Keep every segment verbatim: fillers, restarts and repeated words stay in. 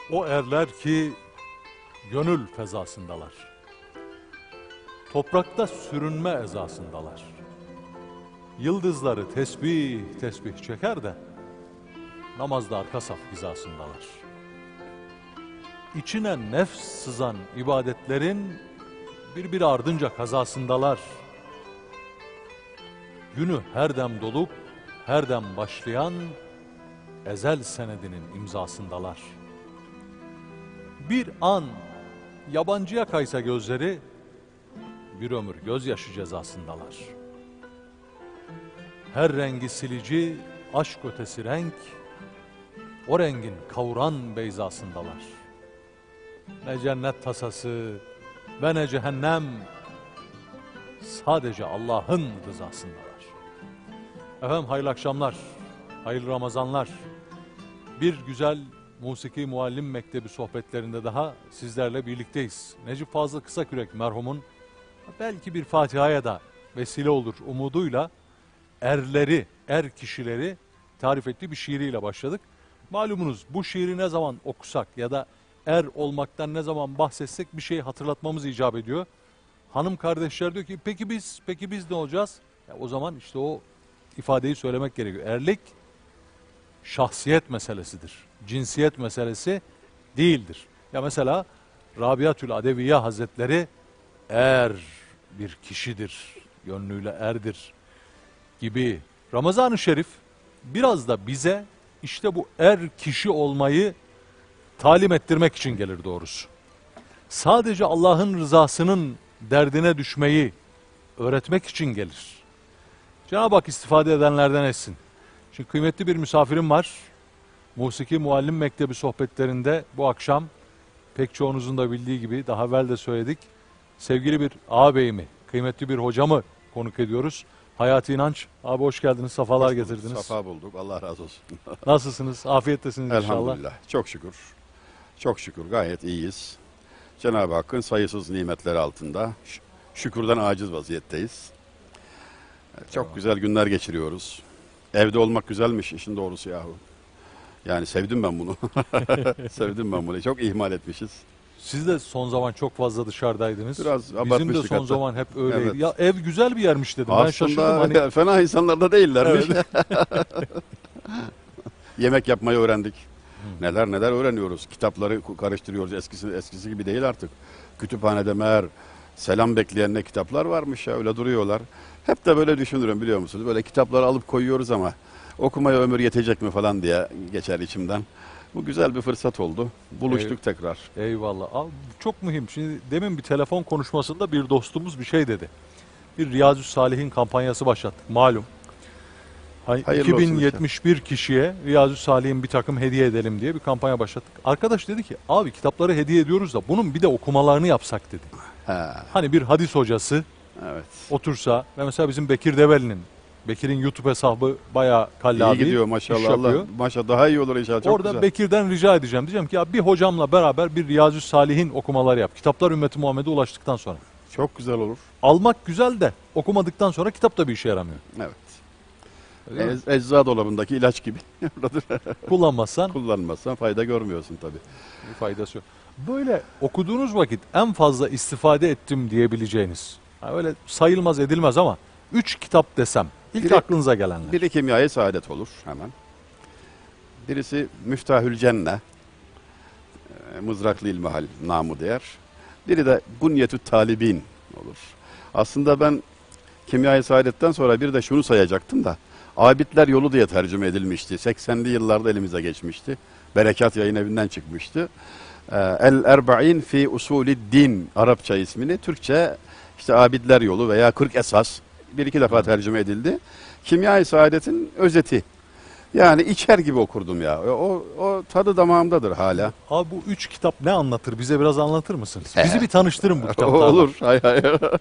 O erler ki gönül fezasındalar. Toprakta sürünme ezasındalar. Yıldızları tesbih tesbih çeker de namazda arka saf hizasındalar. İçine nefs sızan ibadetlerin birbiri ardınca kazasındalar. Günü her dem dolup her dem başlayan ezel senedinin imzasındalar. Bir an yabancıya kaysa gözleri, bir ömür gözyaşı cezasındalar. Her rengi silici, aşk ötesi renk, o rengin kavuran beyzasındalar. Ne cennet tasası ve ne cehennem, sadece Allah'ın rızasındalar. Efendim hayırlı akşamlar, hayırlı Ramazanlar. Bir güzel Musiki Muallim Mektebi sohbetlerinde daha sizlerle birlikteyiz. Necip Fazıl Kısakürek merhumun belki bir Fatiha'ya da vesile olur umuduyla erleri, er kişileri tarif ettiği bir şiiriyle başladık. Malumunuz bu şiiri ne zaman okusak ya da er olmaktan ne zaman bahsetsek bir şey hatırlatmamız icap ediyor. Hanım kardeşler diyor ki peki biz, peki biz ne olacağız? Ya o zaman işte o ifadeyi söylemek gerekiyor. Erlik şahsiyet meselesidir. Cinsiyet meselesi değildir. Ya mesela Rabiatül Adeviye Hazretleri er bir kişidir, yönlüyle erdir gibi. Ramazan-ı Şerif biraz da bize işte bu er kişi olmayı talim ettirmek için gelir doğrusu. Sadece Allah'ın rızasının derdine düşmeyi öğretmek için gelir. Cenab-ı Hak istifade edenlerden etsin. Şimdi kıymetli bir misafirim var. Musiki Muallim Mektebi sohbetlerinde bu akşam pek çoğunuzun da bildiği gibi daha evvel de söyledik. Sevgili bir ağabeyimi, kıymetli bir hocamı konuk ediyoruz. Hayati İnanç. Abi hoş geldiniz, safalar Hoş bulduk, getirdiniz. Safa bulduk, Allah razı olsun. Nasılsınız? Afiyettesiniz inşallah. Elhamdülillah, çok şükür. Çok şükür, gayet iyiyiz. Cenab-ı Hakk'ın sayısız nimetleri altında. Ş- Şükürden aciz vaziyetteyiz. Çok Tamam. güzel günler geçiriyoruz. Evde olmak güzelmiş işin doğrusu yahu. Yani sevdim ben bunu. Sevdim ben bunu. Çok ihmal etmişiz. Siz de son zaman çok fazla dışarıdaydınız. Biraz Bizim de abartmıştık son hatta. zaman hep öyleydi. Evet. Ya ev güzel bir yermiş dedim. Ben şaşırdım. Aslında Hani... fena insanlar da değillermiş. Evet. Yemek yapmayı öğrendik. Neler neler öğreniyoruz. Kitapları karıştırıyoruz. Eskisi eskisi gibi değil artık. Kütüphanede meğer selam bekleyen ne kitaplar varmış ya, öyle duruyorlar. Hep de böyle düşünürüm, biliyor musunuz? Böyle kitapları alıp koyuyoruz ama okumaya ömür yetecek mi falan diye geçer içimden. Bu güzel bir fırsat oldu. Buluştuk Evet. tekrar. Eyvallah. Abi, çok mühim. Şimdi demin bir telefon konuşmasında bir dostumuz bir şey dedi. Bir Riyazü Salihin kampanyası başlattık malum. Hani Hayırlı olsun iki bin yetmiş bir kişiye Riyazü Salihin bir takım hediye edelim diye bir kampanya başlattık. Arkadaş dedi ki abi kitapları hediye ediyoruz da bunun bir de okumalarını yapsak dedi. He, Hani bir hadis hocası evet. otursa ve mesela bizim Bekir Develi'nin, Bekir'in YouTube hesabı bayağı kallavi İyi gidiyor iş maşallah. yapıyor. Allah, maşallah daha iyi olur inşallah. Çok Orada güzel. Bekir'den rica edeceğim. Diyeceğim ki ya bir hocamla beraber bir Riyazü Salihin okumaları yap. Kitaplar ümmeti Muhammed'e ulaştıktan sonra. Çok güzel olur. Almak güzel de okumadıktan sonra kitap da bir işe yaramıyor. Evet. Öyle mi? Ez, ecza dolabındaki ilaç gibi. Kullanmazsan Kullanmazsan fayda görmüyorsun tabii. bir faydası yok. Böyle okuduğunuz vakit en fazla istifade ettim diyebileceğiniz, ha öyle sayılmaz edilmez ama üç kitap desem ilk Biri- aklınıza gelenler. Biri Kimya-i Saadet olur hemen. Birisi Müftahül Cenne, e, Mızraklı İlmihal namı değer. Biri de Bunyetü Talibin olur. Aslında ben Kimya-i Saadet'ten sonra bir de şunu sayacaktım da, Abidler Yolu diye tercüme edilmişti. seksenli yıllarda elimize geçmişti. Berekat Yayın Evi'nden çıkmıştı. Ee, El Erba'in fi Usulid Din Arapça ismini, Türkçe işte Abidler Yolu veya kırk Esas bir iki defa tercüme edildi. Kimya-i Saadet'in özeti. Yani içer gibi okurdum ya. O, o tadı damağımdadır hala. Abi bu üç kitap ne anlatır? Bize biraz anlatır mısınız? He. Bizi bir tanıştırın bu O kitaplarla. olur. Hay hay.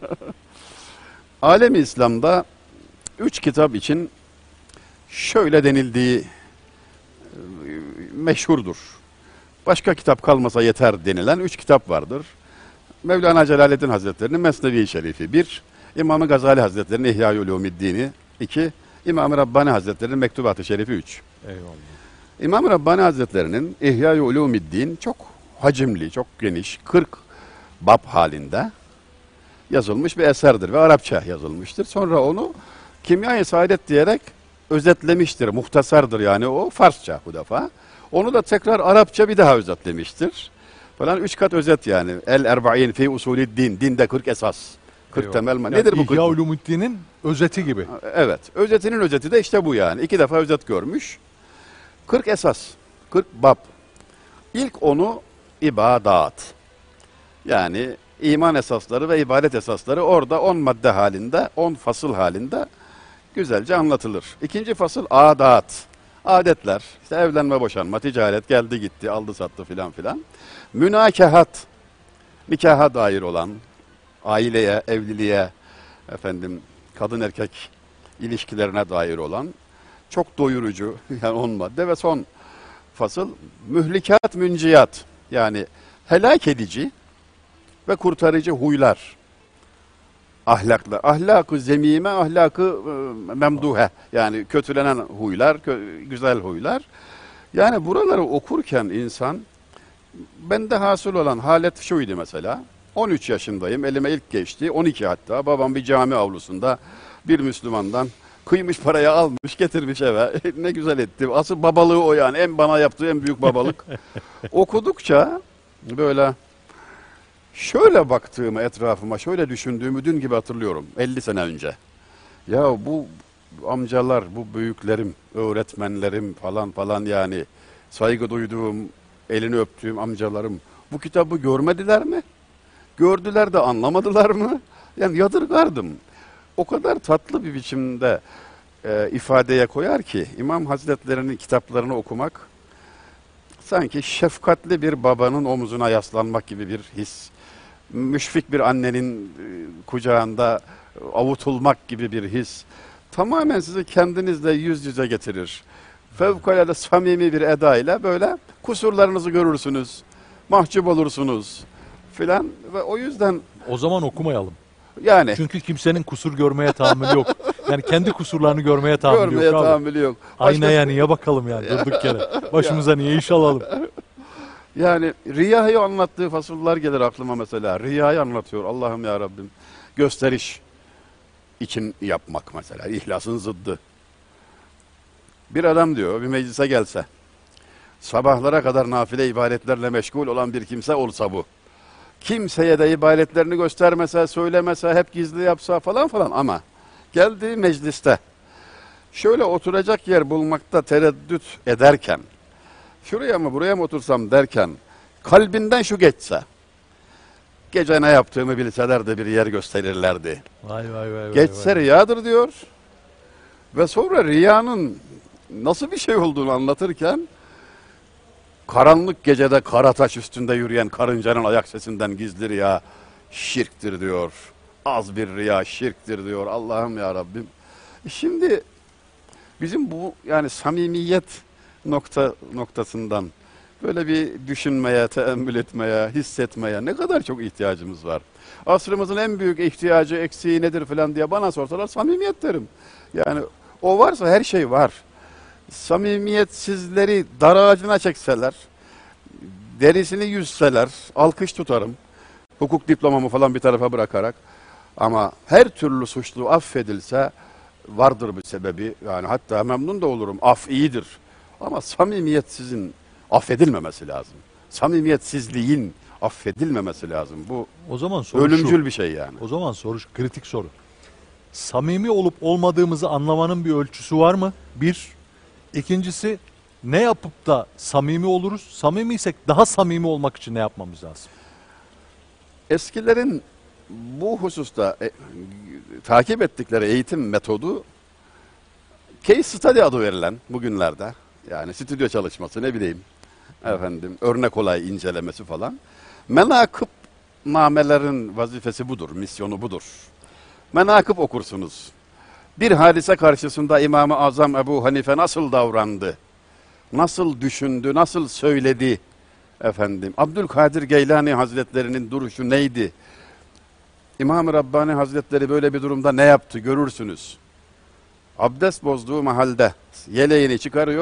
Alem-i İslam'da üç kitap için şöyle denildiği e, meşhurdur. Başka kitap kalmasa yeter denilen üç kitap vardır. Mevlana Celaleddin Hazretleri'nin Mesnevi-i Şerifi bir, İmam-ı Gazali Hazretleri'nin İhya-i Ulûmiddin'i iki, İmam-ı Rabbani Hazretleri'nin Mektubat-ı Şerifi üç. Eyvallah. İmam Rabbani Hazretleri'nin İhya-i Ulûmiddin çok hacimli, çok geniş, kırk bab halinde yazılmış bir eserdir ve Arapça yazılmıştır. Sonra onu Kimya-i Saadet diyerek özetlemiştir, muhtasardır yani o Farsça bu defa. Onu da tekrar Arapça bir daha özetlemiştir. Falan üç kat özet yani. El erba'in fi usulid din. Dinde kırk esas. kırk Eyvallah. temel. Yani Nedir bu İhya kırk? Ulumuddin'in özeti gibi. Evet. Özetinin özeti de işte bu yani. İki defa özet görmüş. kırk esas. kırk bab. İlk onu ibadat. Yani iman esasları ve ibadet esasları orada on madde halinde, on fasıl halinde güzelce anlatılır. İkinci fasıl adat. Adetler, işte evlenme, boşanma, ticaret, geldi gitti, aldı sattı filan filan. Münakahat, nikaha dair olan, aileye, evliliğe, efendim kadın erkek ilişkilerine dair olan çok doyurucu yani on madde ve son fasıl mühlikat münciyat yani helak edici ve kurtarıcı huylar. Ahlaklar. Ahlak-ı zemime, ahlak-ı e, memduhe. Yani kötülenen huylar, kö güzel huylar. Yani buraları okurken insan, bende hasıl olan halet şuydu mesela. on üç yaşındayım, elime ilk geçti. on iki hatta. Babam bir cami avlusunda bir Müslümandan kıymış parayı almış, getirmiş eve. Ne güzel etti. Asıl babalığı o yani. En bana yaptığı en büyük babalık. Okudukça böyle şöyle baktığımı etrafıma, şöyle düşündüğümü dün gibi hatırlıyorum. elli sene önce. Ya bu amcalar, bu büyüklerim, öğretmenlerim falan falan yani saygı duyduğum, elini öptüğüm amcalarım bu kitabı görmediler mi? Gördüler de anlamadılar mı? Yani yadırgardım. O kadar tatlı bir biçimde e, ifadeye koyar ki İmam Hazretleri'nin kitaplarını okumak sanki şefkatli bir babanın omuzuna yaslanmak gibi bir his. Müşfik bir annenin kucağında avutulmak gibi bir his. Tamamen sizi kendinizle yüz yüze getirir. Fevkalade samimi bir edayla böyle kusurlarınızı görürsünüz. Mahcup olursunuz filan ve o yüzden O zaman okumayalım. yani Çünkü kimsenin kusur görmeye tahammülü yok. Yani kendi kusurlarını görmeye tahammülü görmeye yok abi. tahammülü yok. Aynaya niye bakalım yani durduk yere. Başımıza niye iş alalım? Yani riyayı anlattığı fasıllar gelir aklıma mesela. Riyayı anlatıyor Allah'ım ya Rabbim. Gösteriş için yapmak mesela. İhlasın zıddı. Bir adam diyor bir meclise gelse, sabahlara kadar nafile ibadetlerle meşgul olan bir kimse olsa bu. Kimseye de ibadetlerini göstermese, söylemese, hep gizli yapsa falan falan ama geldiği mecliste şöyle oturacak yer bulmakta tereddüt ederken, şuraya mı buraya mı otursam derken kalbinden şu geçse, gece ne yaptığımı bilseler de bir yer gösterirlerdi. Vay vay vay. Geçse vay. riyadır diyor ve sonra riyanın nasıl bir şey olduğunu anlatırken karanlık gecede kara taş üstünde yürüyen karıncanın ayak sesinden gizli riya şirktir diyor. Az bir riya şirktir diyor. Allah'ım ya Rabbim. Şimdi bizim bu yani samimiyet nokta noktasından böyle bir düşünmeye, teemmül etmeye, hissetmeye ne kadar çok ihtiyacımız var. Asrımızın en büyük ihtiyacı, eksiği nedir falan diye bana sorsalar samimiyet derim. Yani o varsa her şey var. Samimiyetsizleri dar ağacına çekseler, derisini yüzseler, alkış tutarım. Hukuk diplomamı falan bir tarafa bırakarak. Ama her türlü suçlu affedilse vardır bir sebebi. Yani hatta memnun da olurum. Af iyidir. Ama samimiyetsizin affedilmemesi lazım. Samimiyetsizliğin affedilmemesi lazım. Bu O zaman soru ölümcül şu. bir şey yani. O zaman soru şu, kritik soru. Samimi olup olmadığımızı anlamanın bir ölçüsü var mı? Bir. İkincisi ne yapıp da samimi oluruz? Samimiysek daha samimi olmak için ne yapmamız lazım? Eskilerin bu hususta e, takip ettikleri eğitim metodu case study adı verilen bugünlerde yani stüdyo çalışması ne bileyim efendim örnek olay incelemesi falan. Menakıb namelerin vazifesi budur, misyonu budur. Menakıb okursunuz. Bir hadise karşısında İmam-ı Azam Ebu Hanife nasıl davrandı? Nasıl düşündü, nasıl söyledi? Efendim, Abdülkadir Geylani Hazretlerinin duruşu neydi? İmam-ı Rabbani Hazretleri böyle bir durumda ne yaptı görürsünüz. Abdest bozduğu mahalde yeleğini çıkarıyor,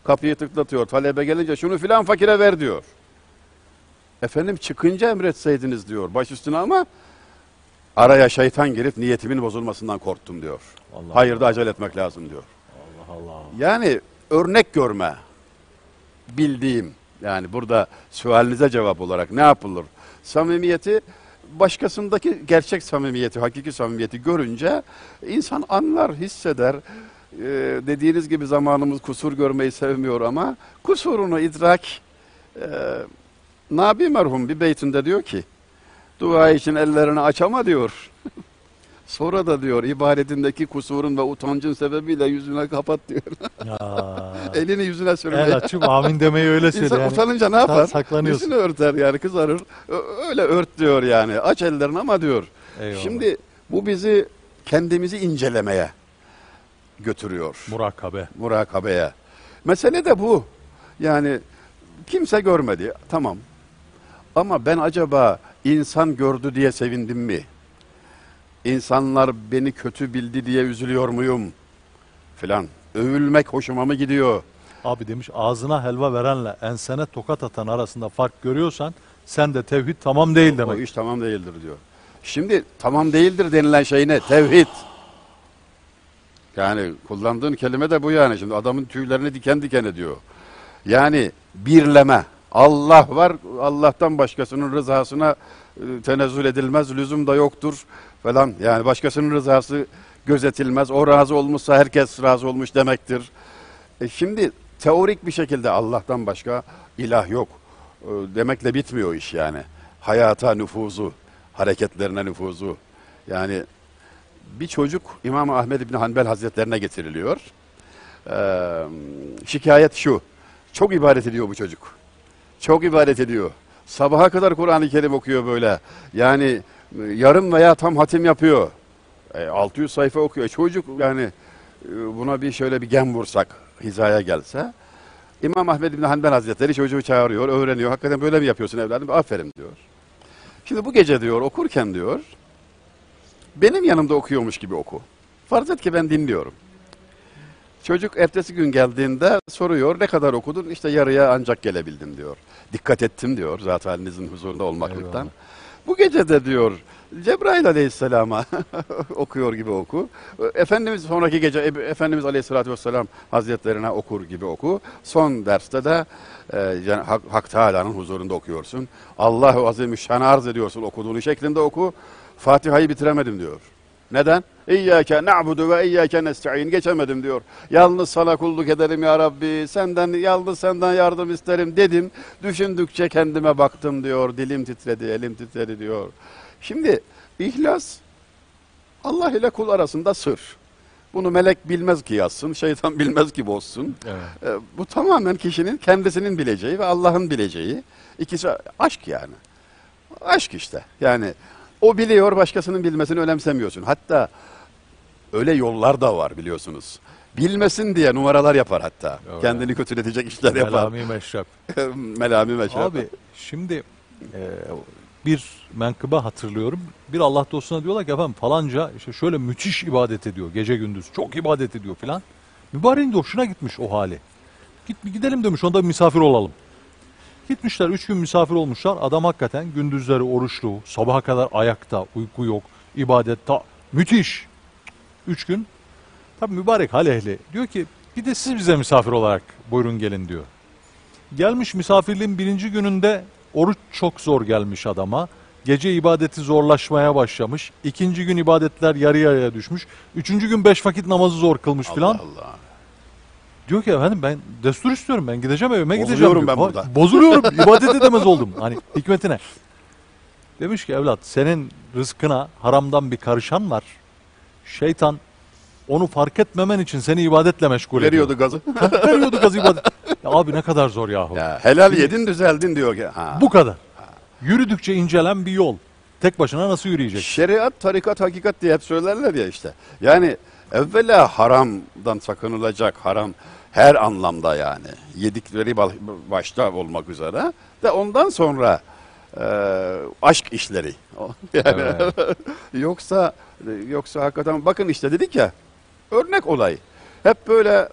Kapıyı tıklatıyor. Talebe gelince şunu filan fakire ver diyor. Efendim çıkınca emretseydiniz diyor. Baş üstüne ama araya şeytan girip niyetimin bozulmasından korktum diyor. Allah Hayırda Allah. acele etmek lazım diyor. Allah Allah. Yani örnek görme. Bildiğim. Yani burada sualinize cevap olarak ne yapılır? Samimiyeti, başkasındaki gerçek samimiyeti, hakiki samimiyeti görünce insan anlar, hisseder. Ee, dediğiniz gibi zamanımız kusur görmeyi sevmiyor ama kusurunu idrak. Ee, Nabi merhum bir beytinde diyor ki, dua için ellerini açama diyor. Sonra da diyor ibadetindeki kusurun ve utancın sebebiyle yüzüne kapat diyor. Ya. Elini yüzüne sürmeye. El açıp amin demeyi öyle söyle İnsan yani. utanınca ne yapar? Saklanıyorsun. Yüzünü örter yani kızarır. Ö- Öyle ört diyor yani. Aç ellerini ama diyor. Eyvallah. Şimdi bu bizi kendimizi incelemeye götürüyor. Murakabe. Murakabeye. Mesele de bu. Yani kimse görmedi. Tamam. Ama ben acaba insan gördü diye sevindim mi? İnsanlar beni kötü bildi diye üzülüyor muyum? Filan. Övülmek hoşuma mı gidiyor? Abi demiş ağzına helva verenle ensene tokat atan arasında fark görüyorsan sen de tevhid tamam değil O demek. iş tamam değildir diyor. Şimdi tamam değildir denilen şey ne? Tevhid. Yani kullandığın kelime de bu yani. Şimdi adamın tüylerini diken diken ediyor. Yani birleme. Allah var. Allah'tan başkasının rızasına e, tenezzül edilmez. Lüzum da yoktur falan. Yani başkasının rızası gözetilmez. O razı olmuşsa herkes razı olmuş demektir. E şimdi teorik bir şekilde Allah'tan başka ilah yok e, demekle bitmiyor iş yani. Hayata nüfuzu, hareketlerine nüfuzu. Yani bir çocuk İmam Ahmed İbni Hanbel Hazretlerine getiriliyor. Ee, şikayet şu, çok ibadet ediyor bu çocuk. Çok ibadet ediyor. Sabaha kadar Kur'an-ı Kerim okuyor böyle. Yani e, yarım veya tam hatim yapıyor. E, altı yüz sayfa okuyor. Çocuk yani e, buna bir şöyle bir gem vursak, hizaya gelse. İmam Ahmed İbni Hanbel Hazretleri çocuğu çağırıyor, öğreniyor. Hakikaten böyle mi yapıyorsun evladım? Aferin diyor. Şimdi bu gece diyor, okurken diyor, benim yanımda okuyormuş gibi oku. Farz et ki ben dinliyorum. Çocuk ertesi gün geldiğinde soruyor, ne kadar okudun? İşte yarıya ancak gelebildim diyor. Dikkat ettim diyor, zat halinizin huzurunda olmaklıktan. Eyvallah. Bu gece de diyor, Cebrail Aleyhisselam'a okuyor gibi oku. Efendimiz sonraki gece Efendimiz Aleyhisselatü Vesselam Hazretlerine okur gibi oku. Son derste de e, yani Hak, Hak Teala'nın huzurunda okuyorsun. Allahu Azimüşşan'ı arz ediyorsun okuduğunu şeklinde oku. Fatiha'yı bitiremedim diyor. Neden? İyyâke na'budu ve iyyâke nesta'in. Geçemedim diyor. Yalnız sana kulluk ederim ya Rabbi. Senden, yalnız senden yardım isterim dedim. Düşündükçe kendime baktım diyor. Dilim titredi, elim titredi diyor. Şimdi ihlas Allah ile kul arasında sır. Bunu melek bilmez ki yazsın, şeytan bilmez ki bozsun. Evet. E, bu tamamen kişinin kendisinin bileceği ve Allah'ın bileceği. İkisi aşk yani. Aşk işte. Yani o biliyor, başkasının bilmesini önemsemiyorsun. Hatta öyle yollar da var biliyorsunuz. Bilmesin diye numaralar yapar hatta. Evet. Kendini kötületecek işler yapar. Melami meşrep. Melami meşrep. Abi şimdi e, bir menkıbe hatırlıyorum. Bir Allah dostuna diyorlar ki efendim falanca işte şöyle müthiş ibadet ediyor gece gündüz. Çok ibadet ediyor filan. Mübareğin de hoşuna gitmiş o hali. Git gidelim demiş onda bir misafir olalım. Gitmişler üç gün misafir olmuşlar. Adam hakikaten gündüzleri oruçlu, sabaha kadar ayakta, uyku yok, ibadet ta müthiş. Üç gün. Tabi mübarek hal ehli. Diyor ki bir de siz bize misafir olarak buyurun gelin diyor. Gelmiş misafirliğin birinci gününde oruç çok zor gelmiş adama. Gece ibadeti zorlaşmaya başlamış. İkinci gün ibadetler yarı yarıya düşmüş. Üçüncü gün beş vakit namazı zor kılmış filan. Allah Allah. Diyor ki efendim ben destur istiyorum ben gideceğim evime gideceğim. Bozuluyorum diyor. ben burada. Bozuluyorum ibadet edemez oldum. Hani hikmetine. Demiş ki evlat senin rızkına haramdan bir karışan var. Şeytan onu fark etmemen için seni ibadetle meşgul Veriyordu ediyor. gazı. Veriyordu gazı ibadet. Ya abi ne kadar zor yahu. Ya, helal yedin düzeldin diyor ki. Ha. Bu kadar. Yürüdükçe incelen bir yol. Tek başına nasıl yürüyecek? Şeriat, tarikat, hakikat diye hep söylerler ya işte. Yani evvela haramdan sakınılacak, haram her anlamda yani. Yedikleri başta olmak üzere ve ondan sonra e, aşk işleri. Yani Evet. yoksa yoksa hakikaten bakın işte dedik ya örnek olay. Hep böyle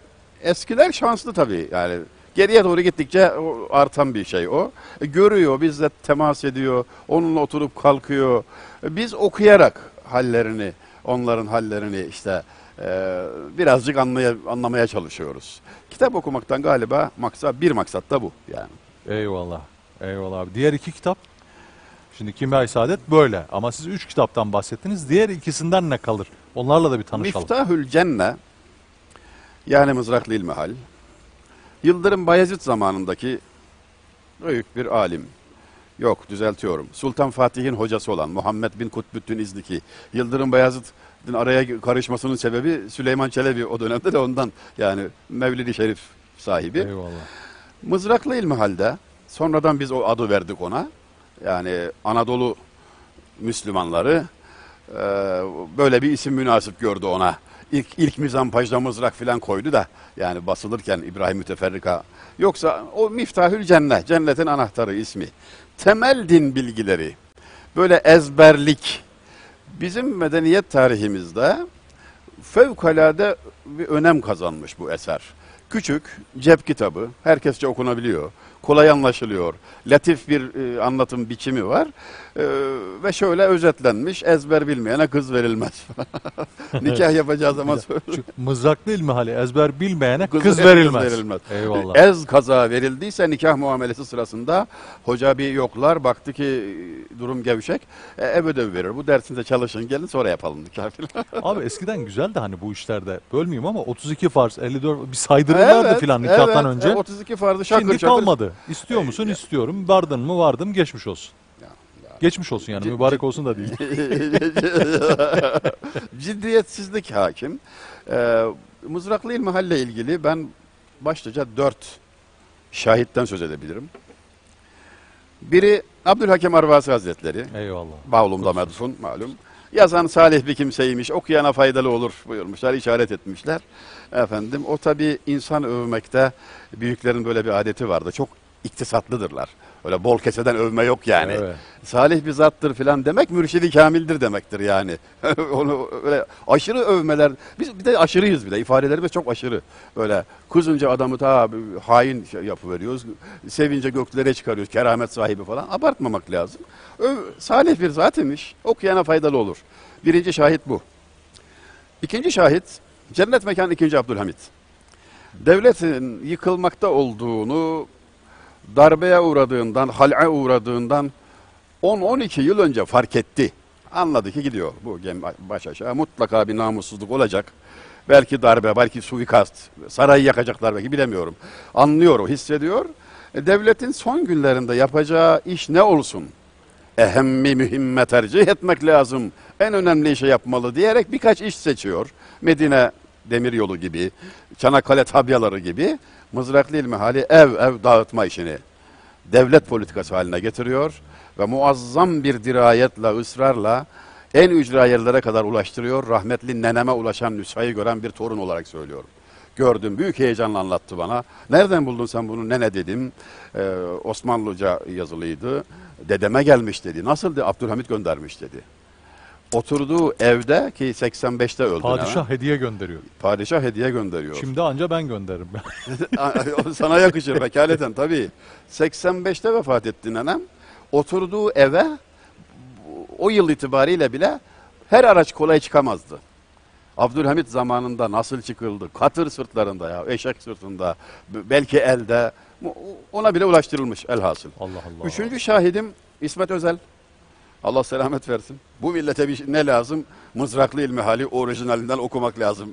eskiler şanslı tabii yani. Geriye doğru gittikçe o artan bir şey o. E, görüyor, bizle temas ediyor, onunla oturup kalkıyor. E, biz okuyarak hallerini, onların hallerini işte e, birazcık anlaya, anlamaya çalışıyoruz. Kitap okumaktan galiba maksat, bir maksat da bu yani. Eyvallah. Eyvallah abi. Diğer iki kitap? Şimdi Kimya-i Saadet böyle ama siz üç kitaptan bahsettiniz. Diğer ikisinden ne kalır? Onlarla da bir tanışalım. Miftahül Cenne yani Mızraklı İlmihal, Yıldırım Bayezid zamanındaki büyük bir alim. Yok, düzeltiyorum. Sultan Fatih'in hocası olan Muhammed bin Kutbüttün İzniki. Yıldırım Bayezid'in araya karışmasının sebebi Süleyman Çelebi o dönemde de ondan. Yani Mevlid-i Şerif sahibi. Eyvallah. Mızraklı İlmihal'de sonradan biz o adı verdik ona. Yani Anadolu Müslümanları e, böyle bir isim münasip gördü ona. İlk, ilk mizampajda mızrak filan koydu da yani basılırken İbrahim Müteferrika. Yoksa o Miftahül Cennet, cennetin anahtarı ismi. Temel din bilgileri, böyle ezberlik. Bizim medeniyet tarihimizde fevkalade bir önem kazanmış bu eser. Küçük, cep kitabı, herkesçe okunabiliyor, kolay anlaşılıyor, latif bir e, anlatım biçimi var e, ve şöyle özetlenmiş, ezber bilmeyene kız verilmez. Nikah yapacağı zaman söyle. Şu Mızraklı İlmihali ezber bilmeyene kız, Kız verilmez. verilmez. Eyvallah. Ez kaza verildiyse nikah muamelesi sırasında hoca bir yoklar, baktı ki durum gevşek, e, ev ödevi verir. Bu dersinde çalışın, gelin sonra yapalım nikah filan. Abi eskiden güzeldi hani bu işlerde. Bölmeyeyim ama otuz iki farz, elli dört bir saydırırlardı filan nikahtan evet, önce. e, otuz iki farzı şakır Şimdi şakır. kalmadı. İstiyor musun? E, İstiyorum. Vardın mı? Vardım. Geçmiş olsun. Ya, ya. Geçmiş olsun yani. C- Mübarek olsun da değil. Ciddiyetsizlik hakim. Ee, Mızraklı İlmihal'le ilgili ben başlıca dört şahitten söz edebilirim. Biri Abdülhakem Arvasi Hazretleri. Eyvallah. Bavlum'da medfun malum. Yazan salih bir kimseymiş, okuyana faydalı olur buyurmuşlar, işaret etmişler. Efendim, o tabii insan övmekte büyüklerin böyle bir adeti vardı. Çok iktisatlıdırlar. Öyle bol keseden övme yok yani. Evet. Salih bir zattır filan demek mürşidi kamildir demektir yani. Onu öyle aşırı övmeler. Biz bir de aşırıyız bir de. İfadelerimiz çok aşırı. Böyle kızınca adamı ta hain şey yapıveriyoruz. Sevince göklere çıkarıyoruz. Keramet sahibi falan. Abartmamak lazım. Öv, salih bir zat imiş. Okuyana faydalı olur. Birinci şahit bu. İkinci şahit Cennet Mekanı ikinci. Abdülhamit. Devletin yıkılmakta olduğunu, darbeye uğradığından, hal'e uğradığından on on iki yıl önce fark etti. Anladı ki gidiyor bu gemi baş aşağı. Mutlaka bir namussuzluk olacak. Belki darbe, belki suikast, sarayı yakacaklar belki bilemiyorum. Anlıyor o, hissediyor. E, devletin son günlerinde yapacağı iş ne olsun? Ehemmi mühimme tercih etmek lazım. En önemli işi yapmalı diyerek birkaç iş seçiyor. Medine Demiryolu gibi, Çanakkale tabyaları gibi Mızraklı İlmihali ev ev dağıtma işini devlet politikası haline getiriyor ve muazzam bir dirayetle, ısrarla en ücra yerlere kadar ulaştırıyor. Rahmetli neneme ulaşan nüshayı gören bir torun olarak söylüyorum. Gördüm, büyük heyecanla anlattı bana. Nereden buldun sen bunu nene dedim. Ee, Osmanlıca yazılıydı. Dedeme gelmiş dedi. Nasıl dedi? Abdülhamit göndermiş dedi. Oturduğu evde ki seksen beşte öldü. Padişah hemen. hediye gönderiyor. Padişah hediye gönderiyor. Şimdi anca ben gönderirim. Sana yakışır vekaleten tabii. seksen beşte vefat etti nenem. Oturduğu eve o yıl itibariyle bile her araç kolay çıkamazdı. Abdülhamit zamanında nasıl çıkıldı? Katır sırtlarında ya, eşek sırtında, belki elde. Ona bile ulaştırılmış elhasıl. Allah Allah. Üçüncü şahidim İsmet Özel. Allah selamet versin. Bu millete bir ne lazım? Mızraklı İlmihali orijinalinden okumak lazım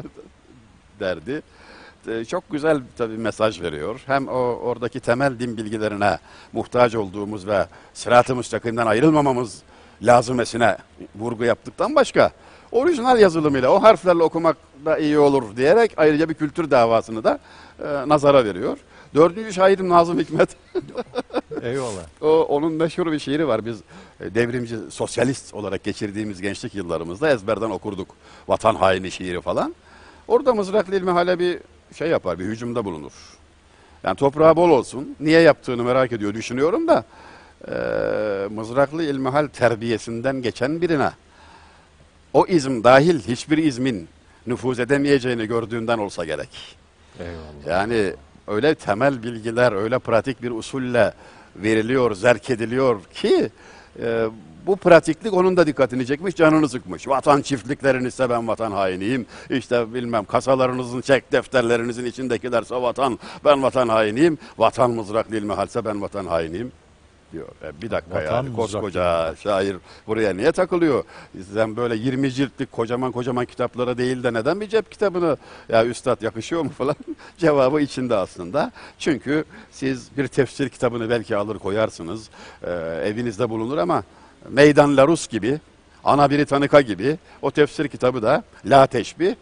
derdi. Ee, çok güzel tabii mesaj veriyor. Hem o oradaki temel din bilgilerine muhtaç olduğumuz ve sırat-ı müstakimden ayrılmamamız lazımesine vurgu yaptıktan başka orijinal yazılımıyla o harflerle okumak da iyi olur diyerek ayrıca bir kültür davasını da e, nazara veriyor. Dördüncü şahidim Nazım Hikmet. Eyvallah. O, onun meşhur bir şiiri var. Biz e, devrimci, sosyalist olarak geçirdiğimiz gençlik yıllarımızda ezberden okurduk. Vatan haini şiiri falan. Orada Mızraklı İlmihal'e bir şey yapar, bir hücumda bulunur. Yani toprağı bol olsun. Niye yaptığını merak ediyor, düşünüyorum da e, Mızraklı İlmihal terbiyesinden geçen birine o izm dahil hiçbir izmin nüfuz edemeyeceğini gördüğünden olsa gerek. Eyvallah. Yani öyle temel bilgiler, öyle pratik bir usulle veriliyor, zerk ediliyor ki e, bu pratiklik onun da dikkatini çekmiş, canını sıkmış. Vatan çiftliklerinizse ben vatan hainiyim. İşte bilmem kasalarınızın, çek defterlerinizin içindekilerse vatan, ben vatan hainiyim. Vatan mızraklı ilmihalse ben vatan hainiyim diyor. E, bir dakika Vatan yani mızraklı koskoca ilmihal. şair buraya niye takılıyor? Sen böyle yirmi ciltlik kocaman kocaman kitaplara değil de neden bir cep kitabını ya üstad yakışıyor mu falan cevabı içinde aslında. Çünkü siz bir tefsir kitabını belki alır koyarsınız, e, evinizde bulunur ama Meydan Larus gibi, Ana Britannica gibi o tefsir kitabı da la teşbih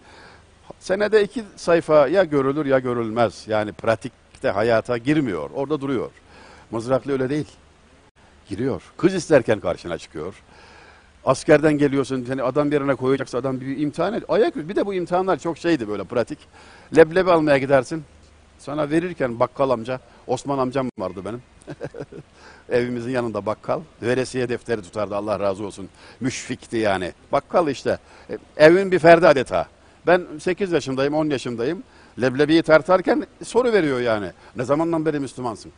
senede iki sayfa ya görülür ya görülmez. Yani pratikte hayata girmiyor, orada duruyor. Mızraklı öyle değil. Giriyor. Kız isterken karşına çıkıyor. Askerden geliyorsun, seni adam bir yerine koyacaksa adam bir imtihan et. Ayaküstü. Bir de bu imtihanlar çok şeydi böyle pratik. Leblebi almaya gidersin. Sana verirken bakkal amca, Osman amcam vardı benim. Evimizin yanında bakkal. Veresiye defteri tutardı, Allah razı olsun. Müşfikti yani. Bakkal işte. E, Evin bir ferdi adeta. Ben sekiz yaşındayım, on yaşındayım. Leblebiyi tartarken soru veriyor yani. Ne zamandan beri Müslümansın?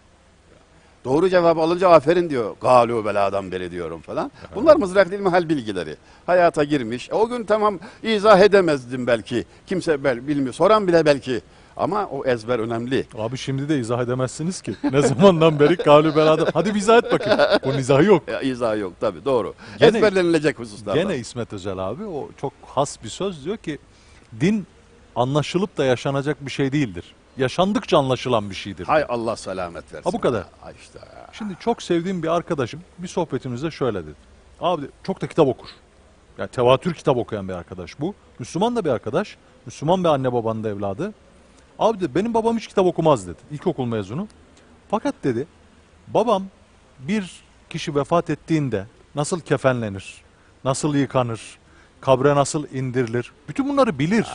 Doğru cevabı alınca aferin diyor. Galu beladan beri diyorum falan. Bunlar mızraklı ilmihal bilgileri. Hayata girmiş. E, o gün tamam izah edemezdim belki. Kimse bel, bilmiyor. Soran bile belki. Ama o ezber önemli. Abi şimdi de izah edemezsiniz ki. Ne zamandan beri galip adam. Hadi bir izah et bakayım. Bunun izahı yok. Ya, izah yok tabii doğru. Gene- Ezberlenilecek hususlar. Gene İsmet Özel abi o çok has bir söz diyor ki din anlaşılıp da yaşanacak bir şey değildir. Yaşandıkça anlaşılan bir şeydir. Hay Allah selamet versin. Ha, bu kadar. Ha, işte. ya. Şimdi çok sevdiğim bir arkadaşım bir sohbetimizde şöyle dedi. Abi dedi, çok da kitap okur. Yani tevatür kitap okuyan bir arkadaş bu. Müslüman da bir arkadaş. Müslüman bir anne babanın da evladı. Abi dedi benim babam hiç kitap okumaz dedi. İlkokul mezunu. Fakat dedi babam bir kişi vefat ettiğinde nasıl kefenlenir, nasıl yıkanır, kabre nasıl indirilir. Bütün bunları bilir.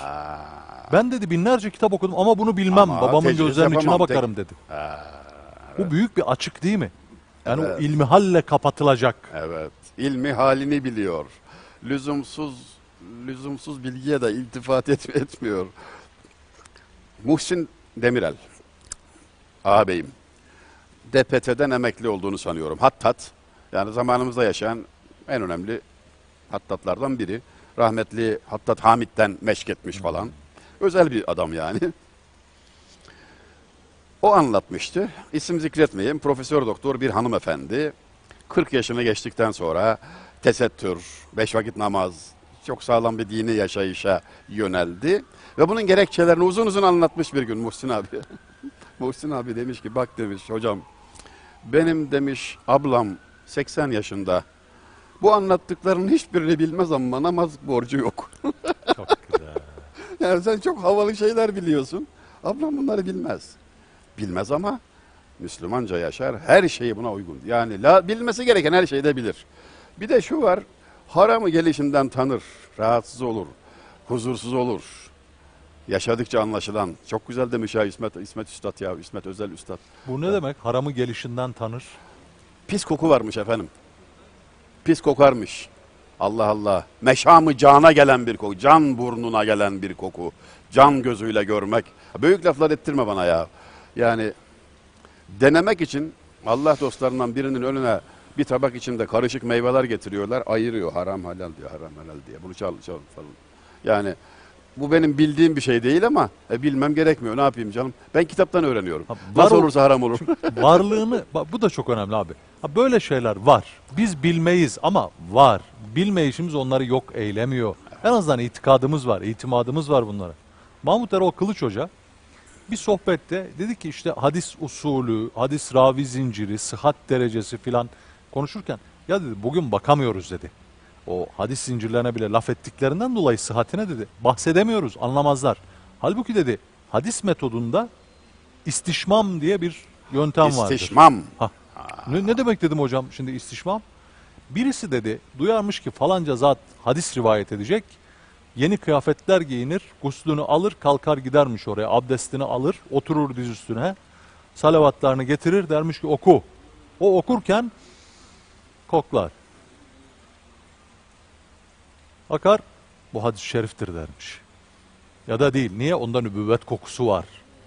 Ben dedi binlerce kitap okudum ama bunu bilmem. Ama Babamın tecrübe gözlerinin içine yapamam, tek- bakarım dedi. Bu büyük bir açık değil mi? Yani Evet. o ilmihalle kapatılacak. Evet. İlmi halini biliyor. Lüzumsuz lüzumsuz bilgiye de iltifat et, etmiyor. Muhsin Demirel, ağabeyim, D P T'den emekli olduğunu sanıyorum. Hattat, yani zamanımızda yaşayan en önemli hattatlardan biri. Rahmetli Hattat Hamit'ten meşk etmiş falan. Özel bir adam yani. O anlatmıştı. İsim zikretmeyeyim. Profesör doktor bir hanımefendi. kırk yaşını geçtikten sonra tesettür, beş vakit namaz, çok sağlam bir dini yaşayışa yöneldi. Ve bunun gerekçelerini uzun uzun anlatmış bir gün Muhsin abi. Muhsin abi demiş ki bak demiş hocam benim demiş ablam seksen yaşında. Bu anlattıklarının hiçbirini bilmez ama namaz borcu yok. Çok güzel. Yani sen çok havalı şeyler biliyorsun. Ablam bunları bilmez. Bilmez ama Müslümanca yaşar. Her şeyi buna uygun. Yani la, bilmesi gereken her şeyi de bilir. Bir de şu var. Haramı gelişinden tanır. Rahatsız olur. Huzursuz olur. Yaşadıkça anlaşılan. Çok güzel demiş ya İsmet, İsmet Üstad ya. İsmet Özel Üstad. Bu ne demek? Haramı gelişinden tanır. Pis koku varmış efendim. Pis kokarmış. Allah Allah. Meşamı cana gelen bir koku. Can burnuna gelen bir koku. Can gözüyle görmek. Büyük laflar ettirme bana ya. Yani denemek için Allah dostlarından birinin önüne bir tabak içinde karışık meyveler getiriyorlar. Ayırıyor. Haram halal diyor. Haram helal diye. Bunu çal çal falan. Yani bu benim bildiğim bir şey değil ama e, bilmem gerekmiyor. Ne yapayım canım? Ben kitaptan öğreniyorum. Ha, Nasıl var o- olursa haram olur. Varlığını, bak bu da çok önemli abi. Ha, böyle şeyler var. Biz bilmeyiz ama var. Bilmeyişimiz onları yok eylemiyor. En azından itikadımız var, itimadımız var bunlara. Mahmut Erol Kılıç Hoca bir sohbette dedi ki işte hadis usulü, hadis ravi zinciri, sıhhat derecesi filan konuşurken ya dedi bugün bakamıyoruz dedi. O hadis zincirlerine bile laf ettiklerinden dolayı sıhhatine dedi bahsedemiyoruz, anlamazlar. Halbuki dedi hadis metodunda istişmam diye bir yöntem vardır. İstişmam. Ha. Ne, ne demek dedim hocam şimdi istişmam? Birisi dedi duyarmış ki falanca zat hadis rivayet edecek. Yeni kıyafetler giyinir, guslünü alır, kalkar gidermiş oraya. Abdestini alır, oturur diz üstüne. Salavatlarını getirir, dermiş ki oku. O okurken koklar. Akar, bu hadis-i şeriftir dermiş. Ya da değil, niye? Onda nübüvvet kokusu var.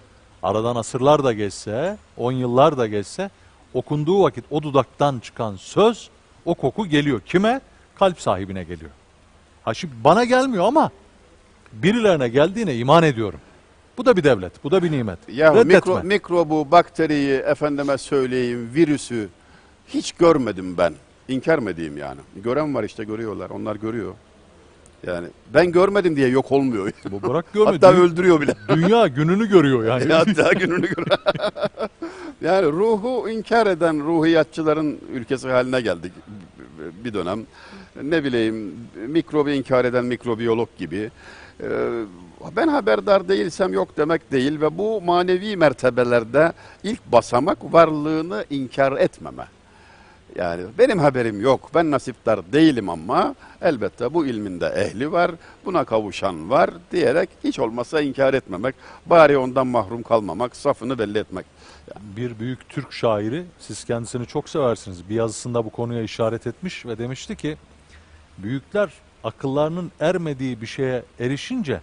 Aradan asırlar da geçse, on yıllar da geçse, okunduğu vakit o dudaktan çıkan söz, o koku geliyor. Kime? Kalp sahibine geliyor. Ha şimdi bana gelmiyor ama birilerine geldiğine iman ediyorum. Bu da bir devlet, bu da bir nimet. Ya Reddetme. mikro, mikrobu, bakteriyi, efendime söyleyeyim, virüsü hiç görmedim ben. İnkar mı edeyim yani? Gören var işte, görüyorlar. Onlar görüyor. Yani ben görmedim diye yok olmuyor. Bu bırak görme. Hatta Dü- öldürüyor bile. Dünya gününü görüyor yani. Hatta gününü görüyor. Yani ruhu inkar eden ruhiyatçıların ülkesi haline geldik bir dönem. Ne bileyim, mikrobu inkar eden mikrobiyolog gibi. Ee, ben haberdar değilsem yok demek değil ve bu manevi mertebelerde ilk basamak varlığını inkar etmeme. Yani benim haberim yok, ben nasipdar değilim ama elbette bu ilminde ehli var, buna kavuşan var diyerek hiç olmazsa inkar etmemek, bari ondan mahrum kalmamak, safını belli etmek. Bir büyük Türk şairi, siz kendisini çok seversiniz, bir yazısında bu konuya işaret etmiş ve demişti ki, büyükler akıllarının ermediği bir şeye erişince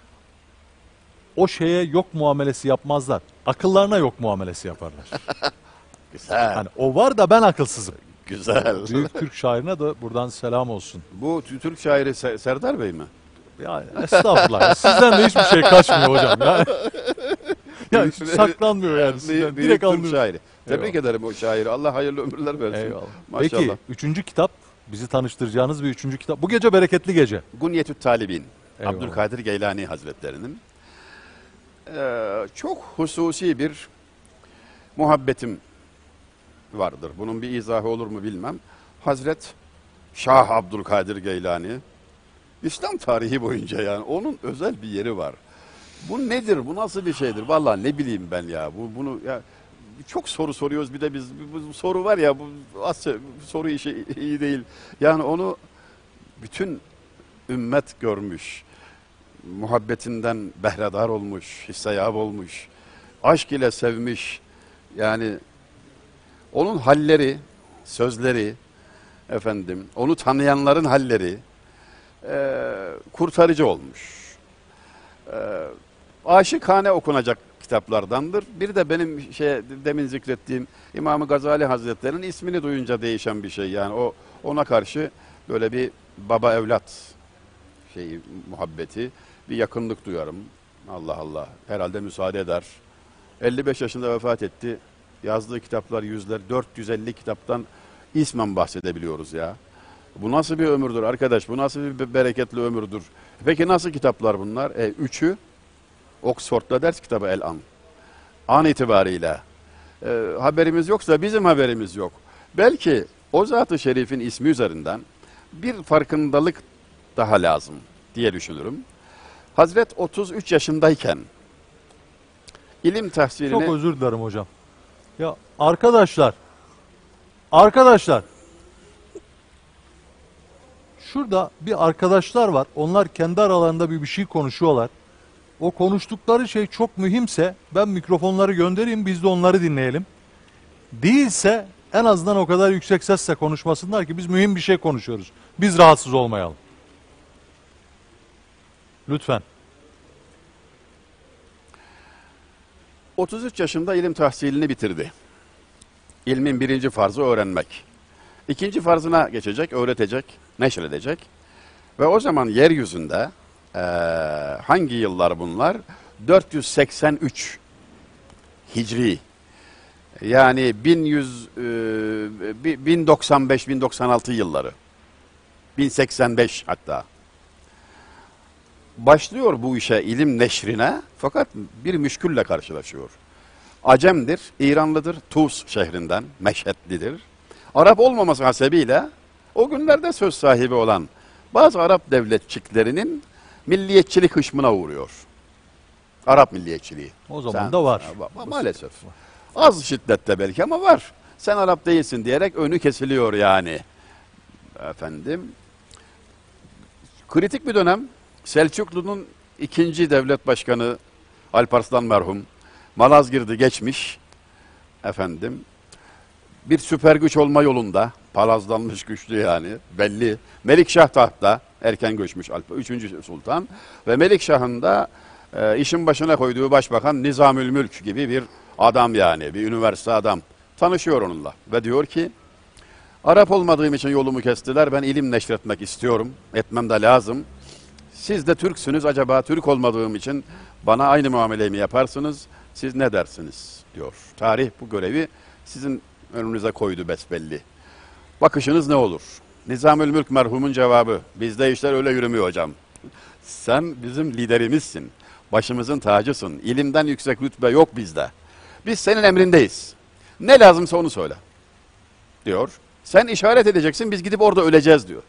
o şeye yok muamelesi yapmazlar, akıllarına yok muamelesi yaparlar. Güzel, Hani o var da ben akılsızım. güzel. Büyük Türk şairine de buradan selam olsun. Bu Türk şairi Se- Serdar Bey mi? Ya estağfurullah. Sizden de hiçbir şey kaçmıyor hocam. Yani, yani hiç saklanmıyor yani. Sizden. Büyük, büyük Direkt Türk alınıyor. şairi. Tebrik Eyvallah. ederim o şairi. Allah hayırlı ömürler versin. Eyvallah. Maşallah. Peki üçüncü kitap, bizi tanıştıracağınız bir üçüncü kitap. Bu gece bereketli gece. Gunyetü Talibin. Eyvallah. Abdülkadir Geylani Hazretlerinin ee, çok hususi bir muhabbetim vardır. Bunun bir izahı olur mu bilmem. Hazret Şah Abdülkadir Geylani, İslam tarihi boyunca yani onun özel bir yeri var. Bu nedir? Bu nasıl bir şeydir? Vallahi ne bileyim ben ya. Bu bunu ya çok soru soruyoruz bir de biz bu, bu soru var ya bu asıl soru işi iyi değil. Yani onu bütün ümmet görmüş. Muhabbetinden behredar olmuş, hisseyab olmuş. Aşk ile sevmiş. Yani onun halleri, sözleri, efendim, onu tanıyanların halleri e, kurtarıcı olmuş. E, aşıkhane okunacak kitaplardandır. Bir de benim şey demin zikrettiğim İmam-ı Gazali Hazretleri'nin ismini duyunca değişen bir şey. Yani o ona karşı böyle bir baba evlat şeyi, muhabbeti, bir yakınlık duyarım. Allah Allah, herhalde müsaade eder. elli beş yaşında vefat etti. Yazdığı kitaplar yüzler, dört yüz elli kitaptan ismen bahsedebiliyoruz ya. Bu nasıl bir ömürdür arkadaş? Bu nasıl bir bereketli ömürdür? Peki nasıl kitaplar bunlar? E, üçü Oxford'da ders kitabı El-An. An itibariyle. E, haberimiz yoksa bizim haberimiz yok. Belki o Zat-ı Şerif'in ismi üzerinden bir farkındalık daha lazım diye düşünürüm. Hazret otuz üç yaşındayken ilim tahsilini... Çok özür dilerim hocam. Ya arkadaşlar, arkadaşlar, şurada bir arkadaşlar var. Onlar kendi aralarında bir bir şey konuşuyorlar. O konuştukları şey çok mühimse ben mikrofonları göndereyim, biz de onları dinleyelim. Değilse en azından o kadar yüksek sesle konuşmasınlar ki biz mühim bir şey konuşuyoruz. Biz rahatsız olmayalım. Lütfen. otuz üç yaşında ilim tahsilini bitirdi. İlmin birinci farzı öğrenmek. İkinci farzına geçecek, öğretecek, neşredecek. Ve o zaman yeryüzünde ee, hangi yıllar bunlar? dört yüz seksen üç Hicri. Yani bin yüz, e, bin doksan beş bin doksan altı yılları. bin seksen beş hatta. Başlıyor bu işe, ilim neşrine, fakat bir müşkülle karşılaşıyor. Acemdir, İranlıdır, Tuz şehrinden, Meşhedlidir. Arap olmaması hasebiyle o günlerde söz sahibi olan bazı Arap devletçiklerinin milliyetçilik hışmına uğruyor. Arap milliyetçiliği. O zaman Sen, da var. Ma maalesef. Az şiddette belki ama var. Sen Arap değilsin diyerek önü kesiliyor yani. Efendim. Kritik bir dönem. Selçuklu'nun ikinci devlet başkanı Alparslan merhum Malazgirt'i geçmiş. Efendim. Bir süper güç olma yolunda. Palazlanmış güçlü yani. Belli. Melikşah tahtta erken göçmüş Alp, üçüncü sultan. Ve Melikşah'ın da e, işin başına koyduğu başbakan Nizamül Mülk gibi bir adam yani. Bir üniversite adam. Tanışıyor onunla ve diyor ki Arap olmadığım için yolumu kestiler. Ben ilim neşretmek istiyorum. Etmem de lazım. Siz de Türksünüz. Acaba Türk olmadığım için bana aynı muameleyi mi yaparsınız? Siz ne dersiniz? Diyor. Tarih bu görevi sizin önünüze koydu besbelli. Bakışınız ne olur? Nizamül Mülk merhumun cevabı. Bizde işler öyle yürümüyor hocam. Sen bizim liderimizsin. Başımızın tacısın. İlimden yüksek rütbe yok bizde. Biz senin emrindeyiz. Ne lazımsa onu söyle. Diyor. Sen işaret edeceksin, biz gidip orada öleceğiz diyor.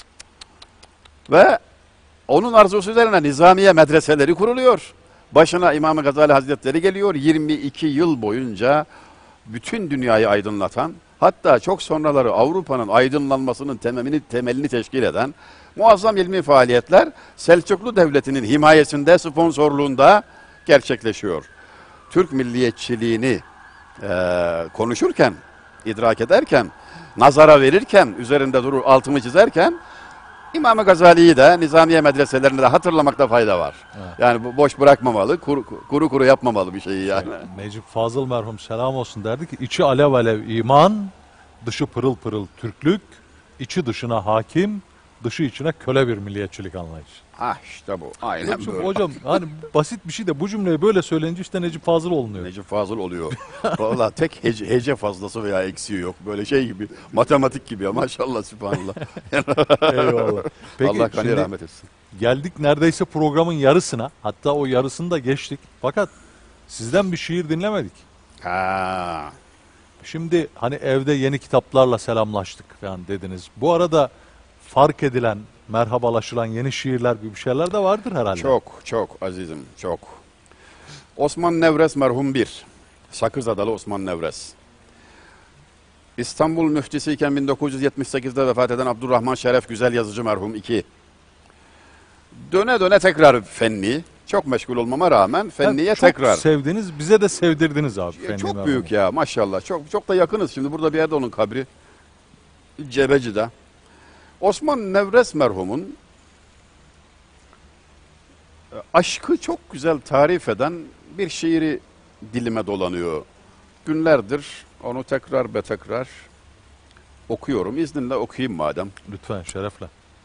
Ve onun arzusu üzerine nizamiye medreseleri kuruluyor. Başına İmam-ı Gazali Hazretleri geliyor. yirmi iki yıl boyunca bütün dünyayı aydınlatan, hatta çok sonraları Avrupa'nın aydınlanmasının temelini, temelini teşkil eden muazzam ilmi faaliyetler Selçuklu Devleti'nin himayesinde, sponsorluğunda gerçekleşiyor. Türk milliyetçiliğini e, konuşurken, idrak ederken, nazara verirken, üzerinde durur, altını çizerken İmam-ı Gazali'yi de Nizamiye medreselerini de hatırlamakta fayda var. Evet. Yani bu boş bırakmamalı, kuru, kuru kuru yapmamalı bir şeyi yani. Necip Fazıl merhum selam olsun derdi ki içi alev alev iman, dışı pırıl pırıl Türklük, içi dışına hakim, dışı içine köle bir milliyetçilik anlayışı. Ah işte bu. Aynen Hocam, böyle. hocam hani basit bir şey de bu cümleyi böyle söyleyince işte Necip Fazıl olunuyor. Necip Fazıl oluyor. Valla tek hece, hece fazlası veya eksiği yok. Böyle şey gibi, matematik gibi ya maşallah sübhanallah. Eyvallah. Peki, Allah gani rahmet etsin. Geldik neredeyse programın yarısına. Hatta o yarısını da geçtik. Fakat sizden bir şiir dinlemedik. Ha. Şimdi hani evde yeni kitaplarla selamlaştık falan dediniz. Bu arada fark edilen, merhabalaşılan yeni şiirler gibi bir şeyler de vardır herhalde. Çok çok azizim çok. Osman Nevres merhum bir. Sakızadalı Osman Nevres. İstanbul müftisiyken bin dokuz yüz yetmiş sekizde vefat eden Abdurrahman Şeref Güzel Yazıcı merhum iki. Döne döne tekrar fenni. Çok meşgul olmama rağmen fenniye yani çok tekrar. Çok sevdiniz, bize de sevdirdiniz abi. Ya çok büyük ya maşallah. Çok çok da yakınız. Şimdi burada bir yerde onun kabri. Cebeci'de. Osman Nevres merhumun aşkı çok güzel tarif eden bir şiiri dilime dolanıyor. Günlerdir onu tekrar ve tekrar okuyorum. İzninle okuyayım madem. Lütfen, şerefle.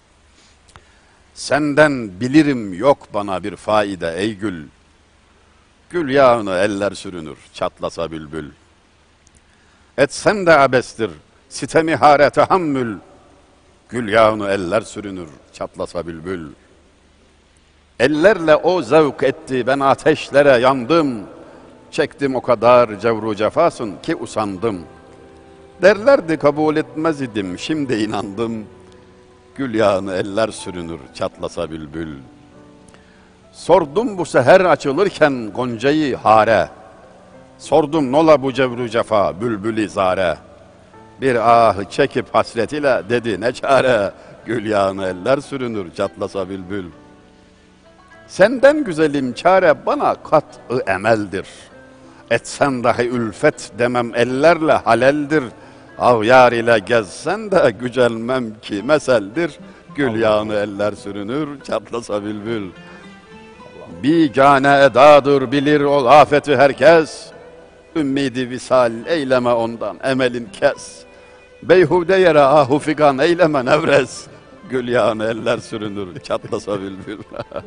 Senden bilirim yok bana bir faide ey gül. Gül yağını eller sürünür çatlasa bülbül. Etsem de abestir sitemi hare tahammül. Gül yağını eller sürünür çatlasa bülbül. Ellerle o zevk etti ben ateşlere yandım. Çektim o kadar cevru cefasın ki usandım. Derlerdi kabul etmez idim şimdi inandım. Gül yağını eller sürünür çatlasa bülbül. Sordum bu seher açılırken goncayı hare. Sordum nola bu cevru cefa bülbül-i zare. Bir ahı çekip hasret ile dedi ne çare. Gül yağını eller sürünür çatlasa bülbül. Senden güzelim çare bana kat-ı emeldir. Etsen dahi ülfet demem ellerle haleldir. Av yar ile gezsen de gücelmem ki meseldir. Gül yağını eller sürünür çatlasa bülbül. Bigane edadır bilir ol afeti herkes. Ümmidi visal eyleme ondan emelin kes. Beyhude yere ahu figan eyleme nevres. Gül yağını eller sürünür çatlasa bülbül.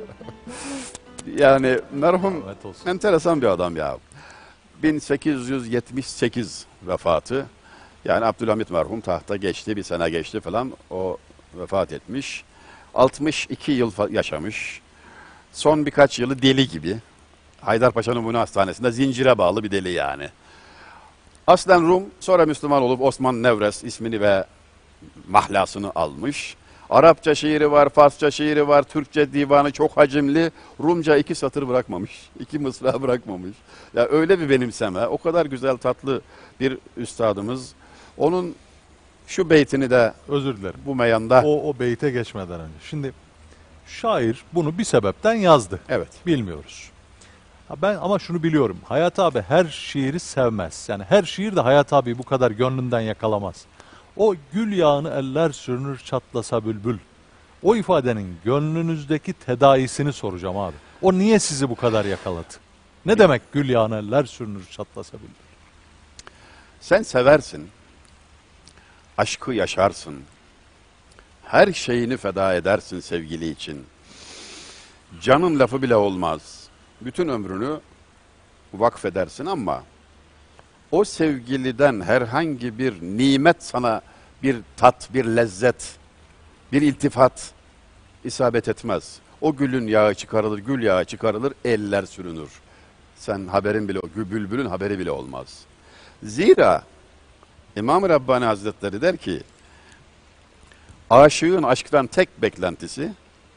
Yani merhum enteresan bir adam ya. bin sekiz yüz yetmiş sekiz vefatı. Yani Abdülhamit merhum tahta geçti, bir sene geçti falan. O vefat etmiş. altmış iki yıl yaşamış. Son birkaç yılı deli gibi. Haydarpaşa Numune Hastanesi'nde zincire bağlı bir deli yani. Aslen Rum, sonra Müslüman olup Osman Nevres ismini ve mahlasını almış. Arapça şiiri var, Farsça şiiri var, Türkçe divanı çok hacimli. Rumca iki satır bırakmamış, iki mısra bırakmamış. Ya öyle bir benimseme, o kadar güzel tatlı bir üstadımız. Onun şu beytini de özür dilerim. Bu meyanda. O, o beyte geçmeden önce. Şimdi şair bunu bir sebepten yazdı. Evet. Bilmiyoruz. Ha ben ama şunu biliyorum. Hayat abi her şiiri sevmez. Yani her şiir de Hayat abi bu kadar gönlünden yakalamaz. O gül yağını eller sürünür çatlasa bülbül. O ifadenin gönlünüzdeki tedaisini soracağım abi. O niye sizi bu kadar yakaladı? Ne demek gül yağına eller sürünür çatlasa bile? Sen seversin, aşkı yaşarsın, her şeyini feda edersin sevgili için. Canın lafı bile olmaz. Bütün ömrünü vakfedersin ama o sevgiliden herhangi bir nimet sana bir tat, bir lezzet, bir iltifat isabet etmez. O gülün yağı çıkarılır, gül yağı çıkarılır, eller sürünür. Sen haberin bile, bülbülün haberi bile olmaz. Zira İmam-ı Rabbani Hazretleri der ki, aşığın aşktan tek beklentisi,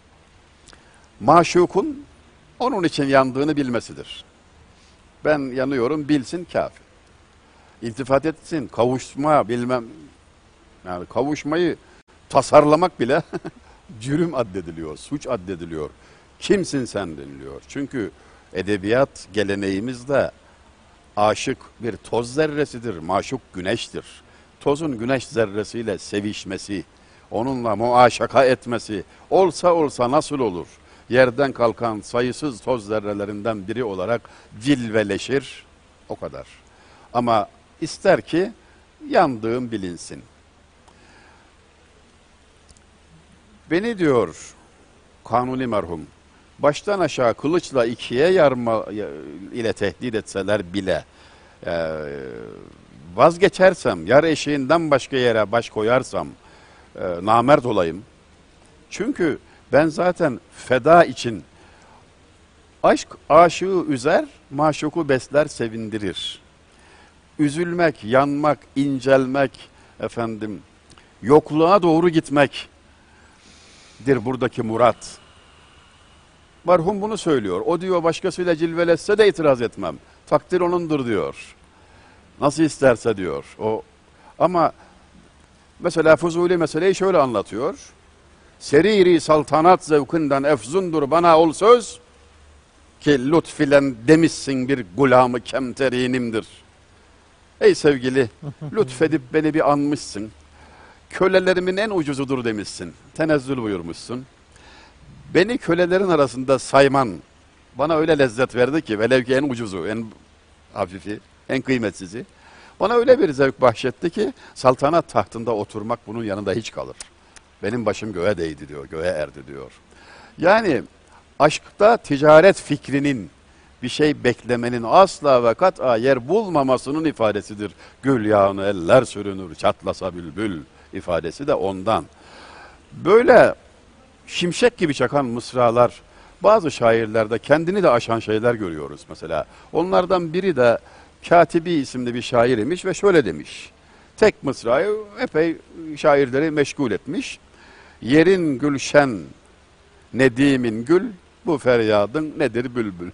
maşukun onun için yandığını bilmesidir. Ben yanıyorum, bilsin kafi. İltifat etsin, kavuşma bilmem, yani kavuşmayı tasarlamak bile cürüm addediliyor, suç addediliyor. Kimsin sen deniliyor. Çünkü edebiyat geleneğimizde aşık bir toz zerresidir, maşuk güneştir. Tozun güneş zerresiyle sevişmesi, onunla muaşaka etmesi olsa olsa nasıl olur? Yerden kalkan sayısız toz zerrelerinden biri olarak cilveleşir, o kadar. Ama ister ki yandığım bilinsin. Beni diyor Kanuni merhum, baştan aşağı kılıçla ikiye yarma ile tehdit etseler bile e, vazgeçersem, yar eşiğinden başka yere baş koyarsam e, namert olayım. Çünkü ben zaten feda için aşk aşığı üzer, maşuku besler, sevindirir. Üzülmek, yanmak, incelmek, efendim, yokluğa doğru gitmektir buradaki murat. Merhum bunu söylüyor. O diyor başkasıyla cilveletse de itiraz etmem. Takdir onundur diyor. Nasıl isterse diyor. O ama mesela Fuzuli meseleyi şöyle anlatıyor. Seriri saltanat zevkından efzundur bana ol söz ki lütfilen demişsin bir gulamı kemterinimdir. Ey sevgili, lütfedip beni bir anmışsın. Kölelerimin en ucuzudur demişsin. Tenezzül buyurmuşsun. Beni kölelerin arasında sayman bana öyle lezzet verdi ki, velev ki en ucuzu, en hafifi, en kıymetsizi. Bana öyle bir zevk bahşetti ki saltanat tahtında oturmak bunun yanında hiç kalır. Benim başım göğe değdi diyor, göğe erdi diyor. Yani aşkta ticaret fikrinin, bir şey beklemenin asla ve kat'a yer bulmamasının ifadesidir. Gül yağını eller sürünür, çatlasa bülbül ifadesi de ondan. Böyle şimşek gibi çakan mısralar, bazı şairlerde kendini de aşan şeyler görüyoruz mesela. Onlardan biri de Katibi isimli bir şair imiş ve şöyle demiş. Tek mısrayı epey şairleri meşgul etmiş. Yerin gülşen, nedimin gül, bu feryadın nedir bülbül?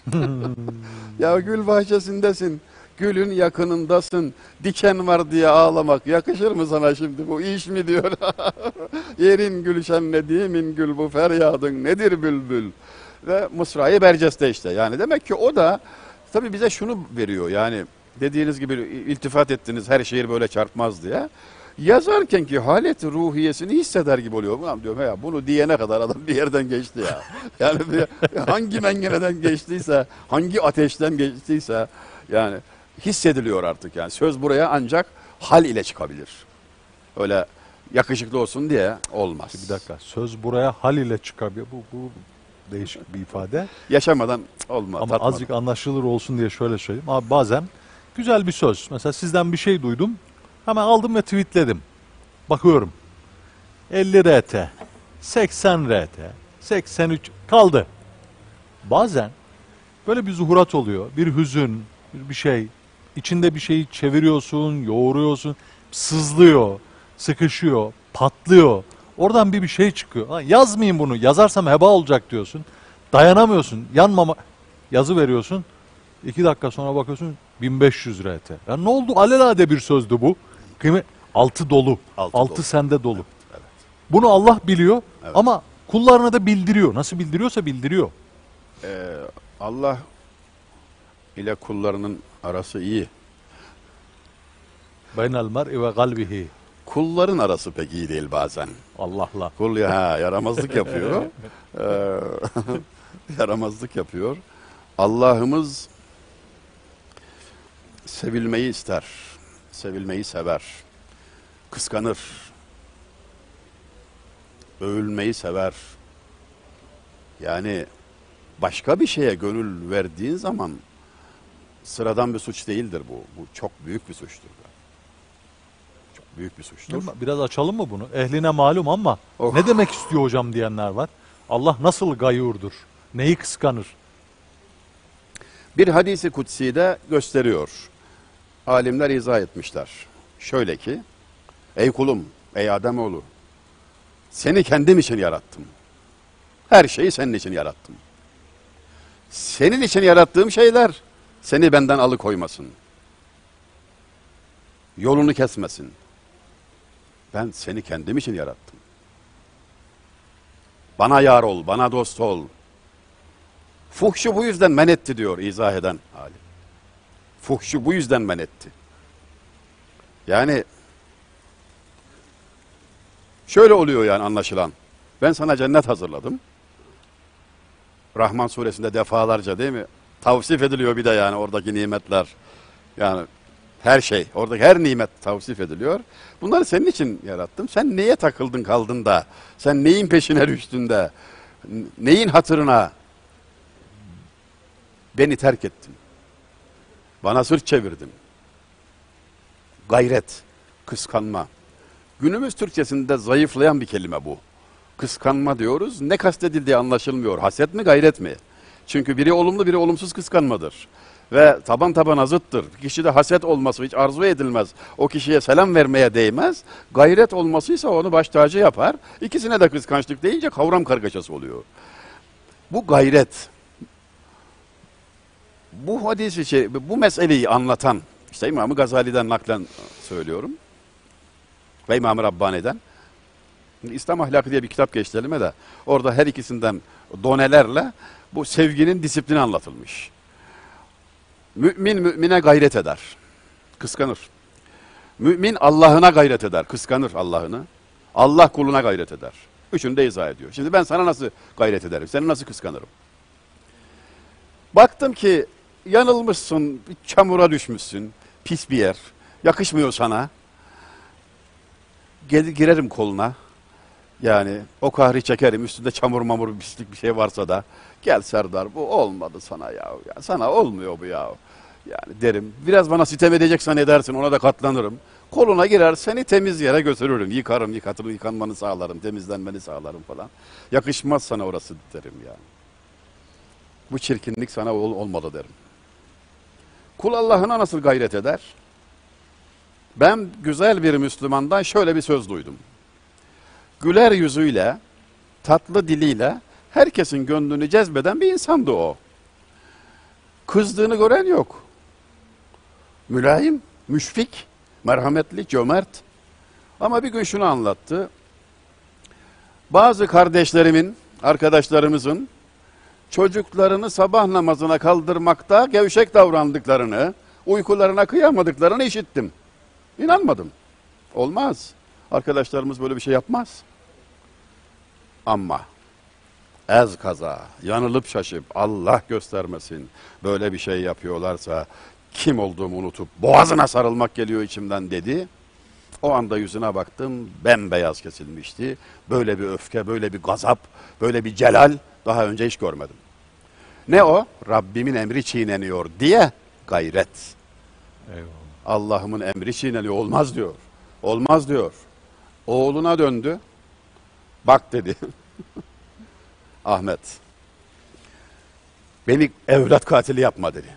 Ya gül bahçesindesin, gülün yakınındasın, diken var diye ağlamak yakışır mı sana şimdi, bu iş mi diyor. Yerin gülşen nedimin gül, bu feryadın nedir bülbül? Ve mısrayı berceste işte. Yani demek ki o da tabii bize şunu veriyor, yani dediğiniz gibi iltifat ettiniz her şiir böyle çarpmaz diye. Yazarken ki halet ruhiyesini hisseder gibi oluyor. Ulan diyorum ya, bunu diyene kadar adam bir yerden geçti ya. Yani bir, hangi mengeneden geçtiyse, hangi ateşten geçtiyse yani hissediliyor artık yani. Söz buraya ancak hal ile çıkabilir. Öyle yakışıklı olsun diye olmaz. Bir dakika, söz buraya hal ile çıkabiliyor. Bu, bu değişik bir ifade. Yaşamadan olmaz. Ama tatmadan. azıcık anlaşılır olsun diye şöyle söyleyeyim. Abi bazen güzel bir söz. Mesela sizden bir şey duydum. Hemen aldım ve tweetledim. Bakıyorum. elli R T, seksen R T, seksen üç kaldı. Bazen böyle bir zuhurat oluyor. Bir hüzün, bir şey. İçinde bir şeyi çeviriyorsun, yoğuruyorsun. Sızlıyor, sıkışıyor, patlıyor. Oradan bir bir şey çıkıyor. Ha, yazmayayım bunu. Yazarsam heba olacak diyorsun. Dayanamıyorsun. Yanmama. Yazı veriyorsun. İki dakika sonra bakıyorsun bin beş yüz R T. Ya ne oldu? Alelade bir sözdü bu. Kıymet altı dolu. Altı Altı dolu. sende dolu. Evet. Bunu Allah biliyor Evet. ama kullarına da bildiriyor. Nasıl bildiriyorsa bildiriyor. Ee, Allah ile kullarının arası iyi. Beynel mer'i ve kalbihi. Kulların arası pek iyi değil bazen. Allah'la. Kul ya ha, yaramazlık yapıyor. Ee, yaramazlık yapıyor. Allah'ımız sevilmeyi ister, sevilmeyi sever, kıskanır, övülmeyi sever. Yani başka bir şeye gönül verdiğin zaman sıradan bir suç değildir bu. Bu çok büyük bir suçtur. Çok büyük bir suçtur. Biraz açalım mı bunu? Ehline malum ama Oh. ne demek istiyor hocam diyenler var. Allah nasıl gayurdur? Neyi kıskanır? Bir hadisi kutsi de gösteriyor. Alimler izah etmişler. Şöyle ki, ey kulum, ey Ademoğlu, seni kendim için yarattım. Her şeyi senin için yarattım. Senin için yarattığım şeyler seni benden alıkoymasın. Yolunu kesmesin. Ben seni kendim için yarattım. Bana yar ol, bana dost ol. Fuhşu bu yüzden men etti diyor izah eden alim. Fuhşu bu yüzden men etti. Yani şöyle oluyor yani anlaşılan. Ben sana cennet hazırladım. Rahman suresinde defalarca değil mi? Tavsif ediliyor bir de yani oradaki nimetler. Yani her şey, oradaki her nimet tavsif ediliyor. Bunları senin için yarattım. Sen neye takıldın kaldın da? Sen neyin peşine düştün de? Neyin hatırına beni terk ettin? Bana sırt çevirdin. Gayret, kıskanma. Günümüz Türkçesinde zayıflayan bir kelime bu. Kıskanma diyoruz. Ne kastedildiği anlaşılmıyor. Haset mi, gayret mi? Çünkü biri olumlu, biri olumsuz kıskanmadır. Ve taban tabana zıttır. Kişide haset olması hiç arzu edilmez. O kişiye selam vermeye değmez. Gayret olmasıysa onu baş tacı yapar. İkisine de kıskançlık deyince kavram kargaşası oluyor. Bu gayret, bu hadisi şey, bu meseleyi anlatan, işte İmam-ı Gazali'den naklen söylüyorum ve İmam-ı Rabbani'den. İslam Ahlakı diye bir kitap geçti elime de orada her ikisinden donelerle bu sevginin disiplini anlatılmış. Mümin mümine gayret eder, kıskanır. Mümin Allah'ına gayret eder, kıskanır Allah'ını. Allah kuluna gayret eder. Üçünü de izah ediyor. Şimdi ben sana nasıl gayret ederim, seni nasıl kıskanırım? Baktım ki yanılmışsın, bir çamura düşmüşsün, pis bir yer, yakışmıyor sana. Gel, girerim koluna. Yani o kahri çekerim, üstünde çamur mamur bir pislik bir şey varsa da gel Serdar bu olmadı sana ya, ya sana olmuyor bu ya. Yani derim biraz bana sitem edeceksen edersin, ona da katlanırım. Koluna girer seni temiz yere götürürüm, yıkarım, yıkatırım, yıkanmanı sağlarım, temizlenmeni sağlarım falan. Yakışmaz sana orası derim yani. Bu çirkinlik sana ol, olmalı derim. Kul Allah'ına nasıl gayret eder? Ben güzel bir Müslümandan şöyle bir söz duydum. Güler yüzüyle, tatlı diliyle herkesin gönlünü cezbeden bir insandı o. Kızdığını gören yok. Mülayim, müşfik, merhametli, cömert. Ama bir gün şunu anlattı. Bazı kardeşlerimin, arkadaşlarımızın çocuklarını sabah namazına kaldırmakta gevşek davrandıklarını, uykularına kıyamadıklarını işittim. İnanmadım. Olmaz. Arkadaşlarımız böyle bir şey yapmaz. Ama ez kaza, yanılıp şaşıp Allah göstermesin böyle bir şey yapıyorlarsa kim olduğumu unutup boğazına sarılmak geliyor içimden dedi. O anda yüzüne baktım, bembeyaz kesilmişti. Böyle bir öfke, böyle bir gazap, böyle bir celal daha önce hiç görmedim. Ne o? Rabbimin emri çiğneniyor diye gayret. Eyvallah. Allah'ımın emri çiğneniyor, olmaz diyor. Olmaz diyor. Oğluna döndü. Bak dedi. Ahmet. Beni evlat katili yapma dedi.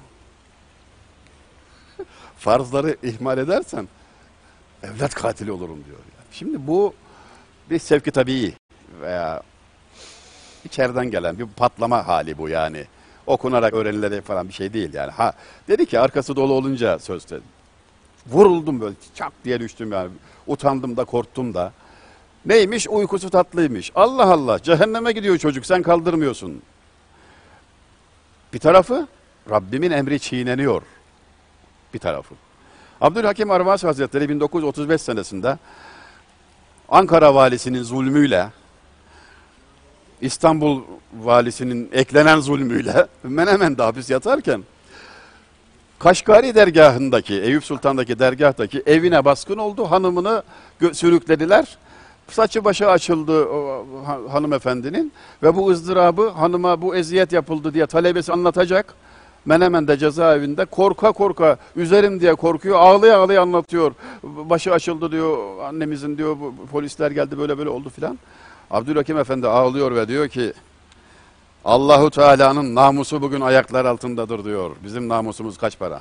Farzları ihmal edersen evlat katili olurum diyor. Yani. Şimdi bu bir sevki tabii veya içeriden gelen bir patlama hali bu yani. Okunarak öğrenilerek falan bir şey değil yani. Ha dedi ki arkası dolu olunca söz dedi. Vuruldum böyle çak diye düştüm yani. Utandım da korktum da. Neymiş? Uykusu tatlıymış. Allah Allah cehenneme gidiyor çocuk sen kaldırmıyorsun. Bir tarafı Rabbimin emri çiğneniyor. Bir tarafı. Abdülhakim Arvasi Hazretleri bin dokuz yüz otuz beş senesinde Ankara valisinin zulmüyle İstanbul valisinin eklenen zulmüyle Menemen'de hapis yatarken Kaşgari dergahındaki, Eyüp Sultan'daki dergahtaki evine baskın oldu. Hanımını sürüklediler. Saçı başı açıldı o hanımefendinin ve bu ızdırabı hanıma bu eziyet yapıldı diye talebesi anlatacak. Menemen'de cezaevinde korka korka üzerim diye korkuyor. Ağlaya ağlaya anlatıyor. Başı açıldı diyor annemizin diyor polisler geldi böyle böyle oldu filan. Abdülhakim Efendi ağlıyor ve diyor ki Allahu Teala'nın namusu bugün ayaklar altındadır diyor. Bizim namusumuz kaç para?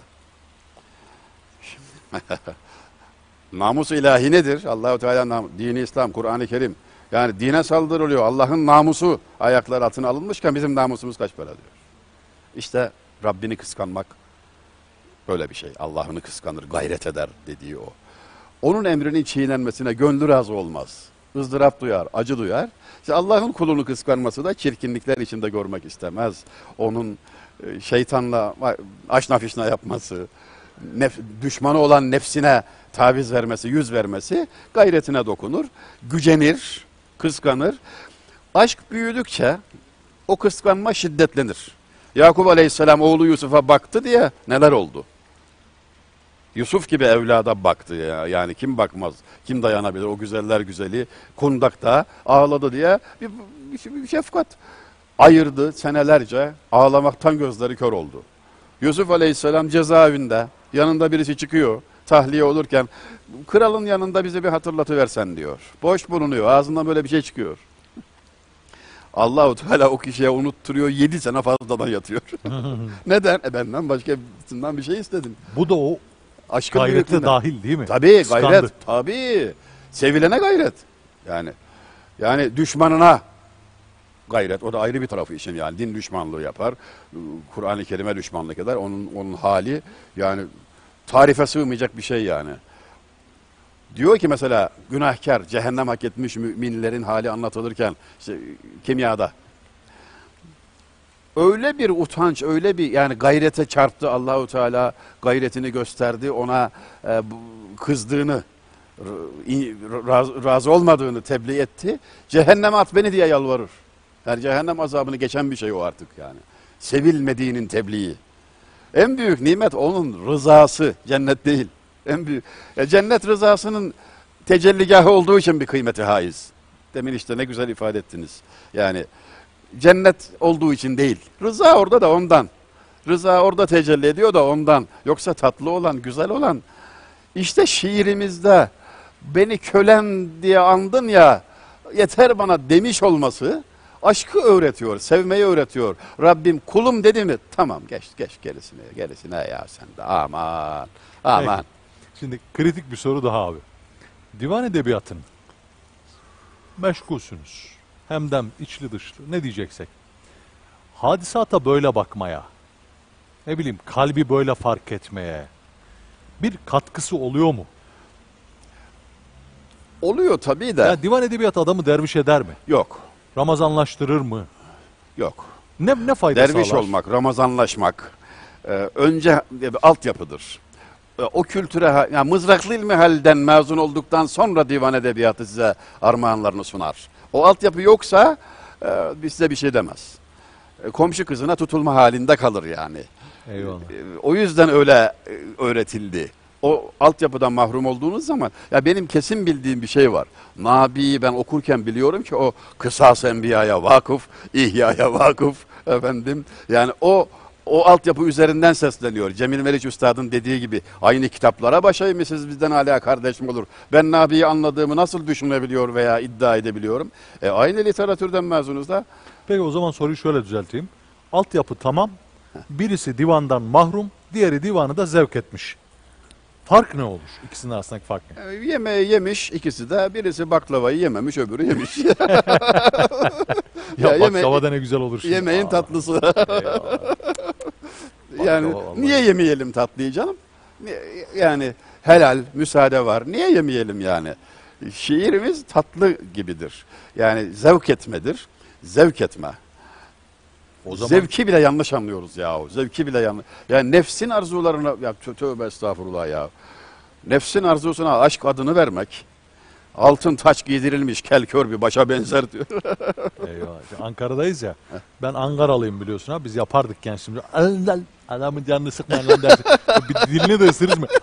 Namus-u ilahi nedir? Allahu Teala nam dini İslam, Kur'an-ı Kerim. Yani dine saldırılıyor. Allah'ın namusu ayaklar altına alınmışken bizim namusumuz kaç para diyor. İşte Rabbini kıskanmak böyle bir şey. Allah'ını kıskanır, gayret eder dediği o. Onun emrinin çiğnenmesine gönlü razı olmaz. ızdırap duyar, acı duyar. İşte Allah'ın kulunu kıskanması da çirkinlikler içinde görmek istemez. Onun şeytanla aşna fişna yapması, nef düşmanı olan nefsine taviz vermesi, yüz vermesi gayretine dokunur. Gücenir, kıskanır. Aşk büyüdükçe o kıskanma şiddetlenir. Yakup Aleyhisselam oğlu Yusuf'a baktı diye neler oldu? Yusuf gibi evlada baktı ya. Yani kim bakmaz, kim dayanabilir o güzeller güzeli kundakta ağladı diye bir, bir, bir şefkat. Ayırdı senelerce, ağlamaktan gözleri kör oldu. Yusuf Aleyhisselam cezaevinde, yanında birisi çıkıyor, tahliye olurken kralın yanında bize bir hatırlatıversen diyor. Boş bulunuyor, ağzından böyle bir şey çıkıyor. Allah-u Teala o kişiye unutturuyor, yedi sene fazladan yatıyor. Neden? E benden başka bir şey istedin. Bu da o aşkın gayrete dahil değil mi? Tabii Kıskandı. gayret, tabii. Sevilene gayret. Yani yani düşmanına gayret, o da ayrı bir tarafı için yani din düşmanlığı yapar, Kur'an-ı Kerim'e düşmanlık eder. Onun onun hali yani tarife sığmayacak bir şey yani. Diyor ki mesela günahkar, cehennem hak etmiş müminlerin hali anlatılırken işte kimyada öyle bir utanç, öyle bir yani gayrete çarptı Allahu Teala, gayretini gösterdi, ona e, kızdığını, razı, razı olmadığını tebliğ etti. Cehenneme at beni diye yalvarır. Yani cehennem azabını geçen bir şey o artık yani. Sevilmediğinin tebliği. En büyük nimet onun rızası, cennet değil. En büyük. E, cennet rızasının tecelligahı olduğu için bir kıymeti haiz. Demin işte ne güzel ifade ettiniz. Yani cennet olduğu için değil. Rıza orada da ondan. Rıza orada tecelli ediyor da ondan. Yoksa tatlı olan, güzel olan. İşte şiirimizde beni kölen diye andın ya, yeter bana demiş olması aşkı öğretiyor, sevmeyi öğretiyor. Rabbim kulum dedi mi? Tamam geç geç gerisine, gerisine ya sen de aman, aman. Peki. Şimdi kritik bir soru daha abi. Divan edebiyatın meşgulsünüz. Hemdem içli dışlı ne diyeceksek. Hadisata böyle bakmaya, ne bileyim kalbi böyle fark etmeye bir katkısı oluyor mu? Oluyor tabii de. Ya divan edebiyatı adamı derviş eder mi? Yok. Ramazanlaştırır mı? Yok. Ne ne fayda Derviş sağlar? olmak, Ramazanlaşmak e, önce bir altyapıdır. E, o kültüre, yani mızraklı ilmihalden mezun olduktan sonra divan edebiyatı size armağanlarını sunar. O altyapı yoksa e, size bir şey demez. E, komşu kızına tutulma halinde kalır yani. Eyvallah. E, o yüzden öyle e, öğretildi. O altyapıdan mahrum olduğunuz zaman, ya benim kesin bildiğim bir şey var. Nabi'yi ben okurken biliyorum ki o Kısas-ı Enbiya'ya vakıf, İhya'ya vakıf efendim. Yani o o altyapı üzerinden sesleniyor. Cemil Meriç Üstad'ın dediği gibi aynı kitaplara başlayayım mı siz bizden hala kardeşim olur. Ben Nabi'yi anladığımı nasıl düşünebiliyor veya iddia edebiliyorum? E, aynı literatürden mezunuz da. Peki o zaman soruyu şöyle düzelteyim. Altyapı tamam. Birisi divandan mahrum, diğeri divanı da zevk etmiş. Fark ne olur? İkisinin arasındaki fark ne? E, yemeği yemiş ikisi de. Birisi baklavayı yememiş, öbürü yemiş. Ya, ya baklava da ne güzel olur şimdi. Yemeğin Aa, tatlısı. eyvallah. Yani Baklava vallahi. niye yemeyelim tatlıyı canım? Yani helal, müsaade var. Niye yemeyelim yani? Şiirimiz tatlı gibidir. Yani zevk etmedir. Zevk etme. O zaman Zevki bile yanlış anlıyoruz ya. Zevki bile yanlış. Yani nefsin arzularına, ya tövbe estağfurullah ya. Nefsin arzusuna aşk adını vermek, Altın taç giydirilmiş kel kör bir başa benzer diyor. Eyvallah. Şimdi Ankara'dayız ya. Ben Ankaralıyım biliyorsun ha. Biz yapardık gençliğimizde. Adamın canını sıkmayın lan derdik. Bir dilini de ısırırız mı?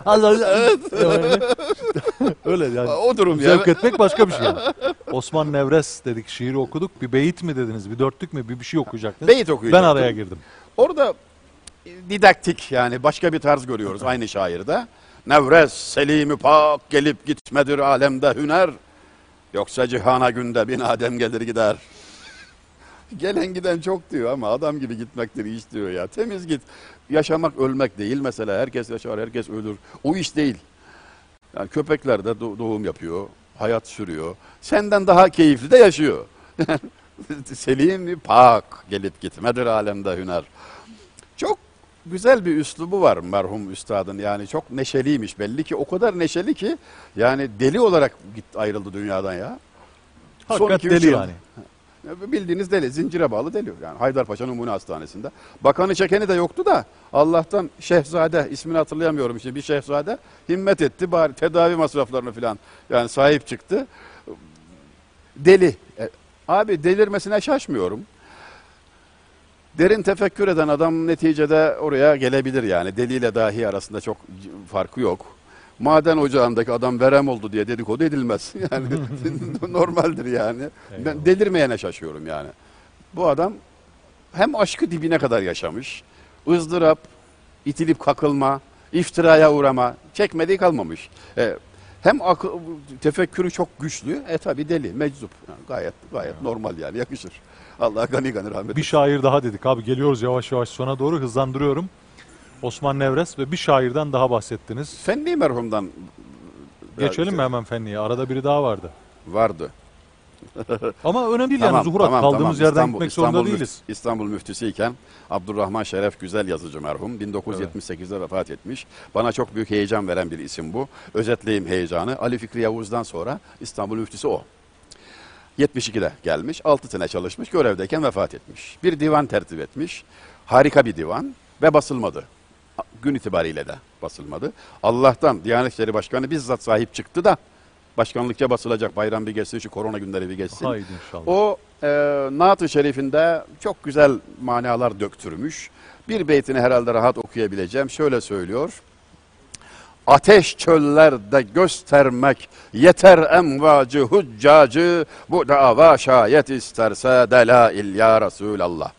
Öyle yani. O durum ya. Zevk etmek başka bir şey yani. Osman Nevres dedik, şiiri okuduk. Bir beyit mi dediniz, bir dörtlük mü, bir bir şey okuyacaktınız. Beyit Ben okuyacaktım. araya girdim. Orada didaktik yani başka bir tarz görüyoruz aynı şairde. Nevres selimi pak gelip gitmedir alemde hüner. Yoksa cihana günde bin Adem gelir gider. Gelen giden çok diyor ama adam gibi gitmektir iş diyor ya. Temiz git. Yaşamak ölmek değil mesela. Herkes yaşar, herkes ölür. O iş değil. Yani köpekler de do- doğum yapıyor, hayat sürüyor. Senden daha keyifli de yaşıyor. Selim pak gelip gitmedir alemde hüner. Çok güzel bir üslubu var merhum üstadın. Yani çok neşeliymiş belli ki. O kadar neşeli ki yani deli olarak git ayrıldı dünyadan ya. Hakikat iki üç deli yıl- yani. Bildiğiniz deli, zincire bağlı deli. Yani Haydarpaşa Numune Hastanesi'nde. Bakanı çekeni de yoktu da Allah'tan Şehzade, ismini hatırlayamıyorum işte, bir şehzade himmet etti, bari tedavi masraflarını falan yani sahip çıktı. Deli. E, abi delirmesine şaşmıyorum. Derin tefekkür eden adam neticede oraya gelebilir yani. Deliyle dahi arasında çok farkı yok. Maden ocağındaki adam verem oldu diye dedikodu edilmez. Yani normaldir yani. Ben Eyvallah. delirmeyene şaşıyorum yani. Bu adam hem aşkı dibine kadar yaşamış, ızdırap, itilip kakılma, iftiraya uğrama, çekmediği kalmamış. E, hem akıl, tefekkürü çok güçlü, e tabi deli, meczup. Yani gayet gayet normal yani, yakışır. Allah gani gani rahmet Bir eylesin. şair daha dedik abi, geliyoruz yavaş yavaş sona doğru, hızlandırıyorum. Osman Nevres ve bir şairden daha bahsettiniz. Fenli merhumdan Geçelim mi hemen Fenli'ye? Arada biri daha vardı. vardı. Ama önemli değil Tamam, yani Zuhurat. tamam, Kaldığımız tamam. yerden İstanbul- gitmek İstanbul zorunda müf- değiliz. İstanbul müftüsüyken Abdurrahman Şeref Güzel yazıcı merhum bin dokuz yüz yetmiş sekizde vefat etmiş. Bana çok büyük heyecan veren bir isim bu. Özetleyeyim heyecanı. Ali Fikri Yavuz'dan sonra İstanbul müftüsü o. yetmiş ikide gelmiş, altı sene çalışmış, görevdeyken vefat etmiş. Bir divan tertip etmiş. Harika bir divan ve basılmadı. Gün itibariyle de basılmadı. Allah'tan Diyanet İşleri Başkanı bizzat sahip çıktı da başkanlıkça basılacak, bayram bir geçsin, şu korona günleri bir geçsin. Haydi inşallah. O e, Naat-ı Şerif'inde çok güzel manalar döktürmüş. Bir beytini herhalde rahat okuyabileceğim. Şöyle söylüyor. Ateş çöllerde göstermek yeter emvacı huccacı, bu dava şayet isterse delail ya Resulallah.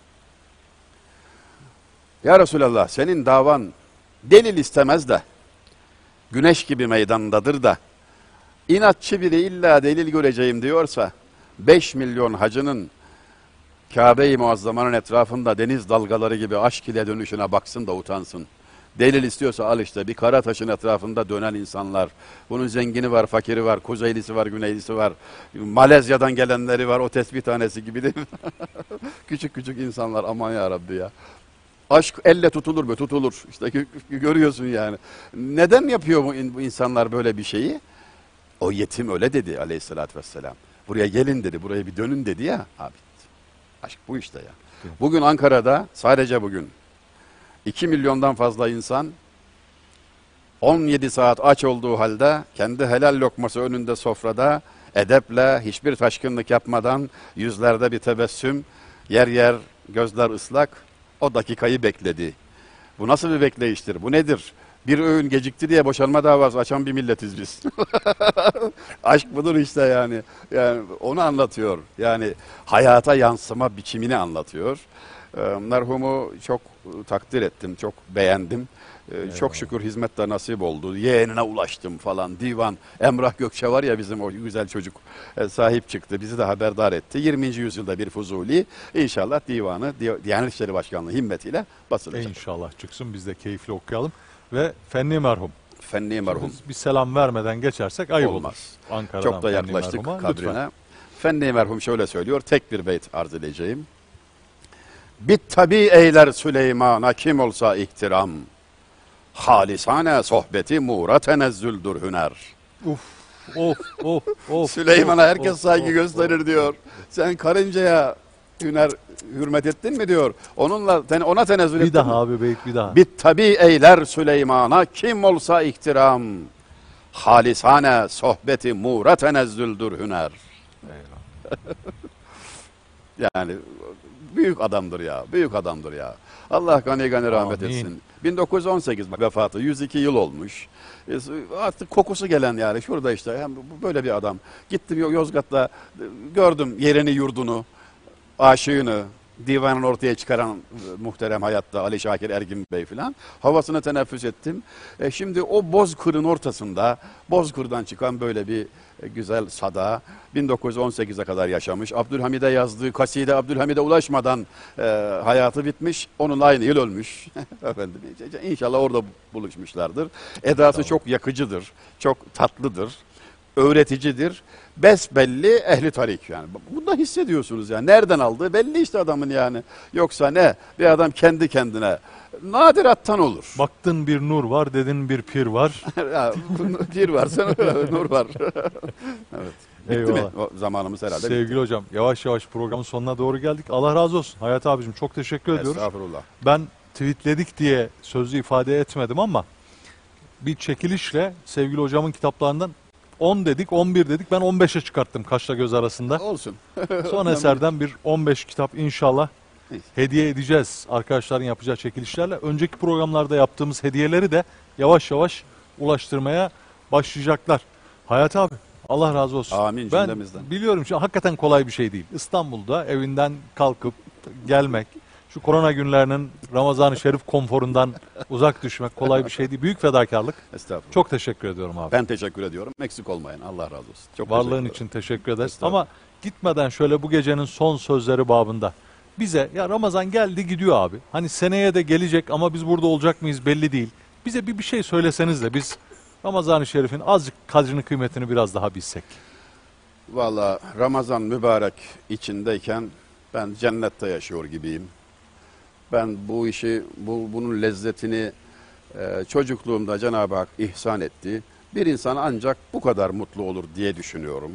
Ya Resulallah, senin davan delil istemez de güneş gibi meydandadır da inatçı biri illa delil göreceğim diyorsa beş milyon hacının Kabe-i Muazzama'nın etrafında deniz dalgaları gibi aşk ile dönüşüne baksın da utansın. Delil istiyorsa al işte, bir kara taşın etrafında dönen insanlar. Bunun zengini var, fakiri var, kuzeylisi var, güneylisi var. Malezya'dan gelenleri var, o tesbih tanesi gibi değil mi? Küçük küçük insanlar, aman ya Rabbi ya. Aşk elle tutulur mu? Tutulur. İşte görüyorsun yani. Neden yapıyor bu in- bu insanlar böyle bir şeyi? O yetim öyle dedi aleyhissalatü vesselam. Buraya gelin dedi, buraya bir dönün dedi ya. Abi, aşk bu işte ya. Bugün Ankara'da, sadece bugün iki milyondan fazla insan on yedi saat aç olduğu halde kendi helal lokması önünde sofrada edeple, hiçbir taşkınlık yapmadan yüzlerde bir tebessüm, yer yer gözler ıslak, o dakikayı bekledi. Bu nasıl bir bekleyiştir? Bu nedir? Bir öğün gecikti diye boşanma davası açan bir milletiz biz. Aşk budur işte yani. Yani onu anlatıyor. Yani hayata yansıma biçimini anlatıyor. Ee, merhumu çok takdir ettim, çok beğendim. Ee, çok şükür hizmet de nasip oldu. Yeğenine ulaştım falan. Divan, Emrah Gökçe var ya bizim o güzel çocuk, e, sahip çıktı. Bizi de haberdar etti. yirminci yüzyılda bir Fuzuli. İnşallah divanı Di- Diyanet İşleri Başkanlığı himmetiyle basılacak. İnşallah çıksın, biz de keyifli okuyalım. Ve Fenli merhum. Fenli merhum. Biz bir selam vermeden geçersek ayıp Olmaz. olur. Ankara'dan Çok da Fenli yaklaştık merhuma. kabrine. Lütfen. Fenli merhum şöyle söylüyor. Tek bir beyt arz edeceğim. Bit tabi eyler Süleyman'a kim olsa ihtiram. Halisane sohbeti muğra tenezzüldür hüner. Uf, of, of, of. Süleyman'a of, herkes of, saygı of, gösterir of. diyor. Sen karıncaya hüner hürmet ettin mi diyor. Onunla ona tenezzül ettin Bir daha mi? abi beyt bir daha. Bit tabi eyler Süleyman'a kim olsa ihtiram. halisane sohbeti muğra tenezzüldür hüner. Yani büyük adamdır ya, büyük adamdır ya. Allah gani gani rahmet Amin. etsin. bin dokuz yüz on sekiz vefatı, yüz iki yıl olmuş. E, Artık kokusu gelen yani şurada işte hem bu- böyle bir adam. Gittim Yo- Yozgat'ta e, gördüm yerini yurdunu, aşığını, divanın ortaya çıkaran e, muhterem hayatta Ali Şakir Ergin Bey filan. Havasını teneffüs ettim. E, şimdi o Bozkır'ın ortasında Bozkır'dan çıkan böyle bir e, güzel sada bin dokuz yüz on sekize kadar yaşamış. Abdülhamid'e yazdığı kaside Abdülhamid'e ulaşmadan e, hayatı bitmiş. Onun aynı yıl ölmüş. Efendim inşallah orada buluşmuşlardır. Edası Tamam. çok yakıcıdır. Çok tatlıdır. Öğreticidir. Besbelli ehli tarik yani. Bunu da hissediyorsunuz yani. Nereden aldığı belli işte adamın yani. Yoksa ne? Bir adam kendi kendine nadirattan olur. Baktın bir nur var, dedin bir pir var. Ya, bir varsa nur var. Evet. Bitti mi? Eyvallah. O zamanımız herhalde Sevgili bitti. hocam, yavaş yavaş programın sonuna doğru geldik. Allah razı olsun. Hayat abicim çok teşekkür ediyoruz. Estağfurullah. Ben tweetledik diye sözlü ifade etmedim ama bir çekilişle sevgili hocamın kitaplarından on dedik, on bir dedik. Ben on beşe çıkarttım kaşla göz arasında. Olsun. Son eserden bir on beş kitap inşallah İyi. hediye edeceğiz arkadaşların yapacağı çekilişlerle. Önceki programlarda yaptığımız hediyeleri de yavaş yavaş ulaştırmaya başlayacaklar. Hayat abi Allah razı olsun. Amin Ben cümlemizden. biliyorum ki hakikaten kolay bir şey değil. İstanbul'da evinden kalkıp gelmek, şu korona günlerinin Ramazan-ı Şerif konforundan uzak düşmek kolay bir şey değil. Büyük fedakarlık. Estağfurullah. Çok teşekkür ediyorum abi. Ben teşekkür ediyorum. Eksik olmayın. Allah razı olsun. Çok Varlığın teşekkür için teşekkür ederiz. Estağfurullah. Ama gitmeden şöyle bu gecenin son sözleri babında bize ya Ramazan geldi gidiyor abi. Hani seneye de gelecek ama biz burada olacak mıyız belli değil. Bize bir bir şey söyleseniz de biz Ramazan-ı Şerif'in azıcık kadrini kıymetini biraz daha bilsek. Valla Ramazan mübarek içindeyken ben cennette yaşıyor gibiyim. Ben bu işi, bu bunun lezzetini e, çocukluğumda Cenab-ı Hak ihsan etti. Bir insan ancak bu kadar mutlu olur diye düşünüyorum.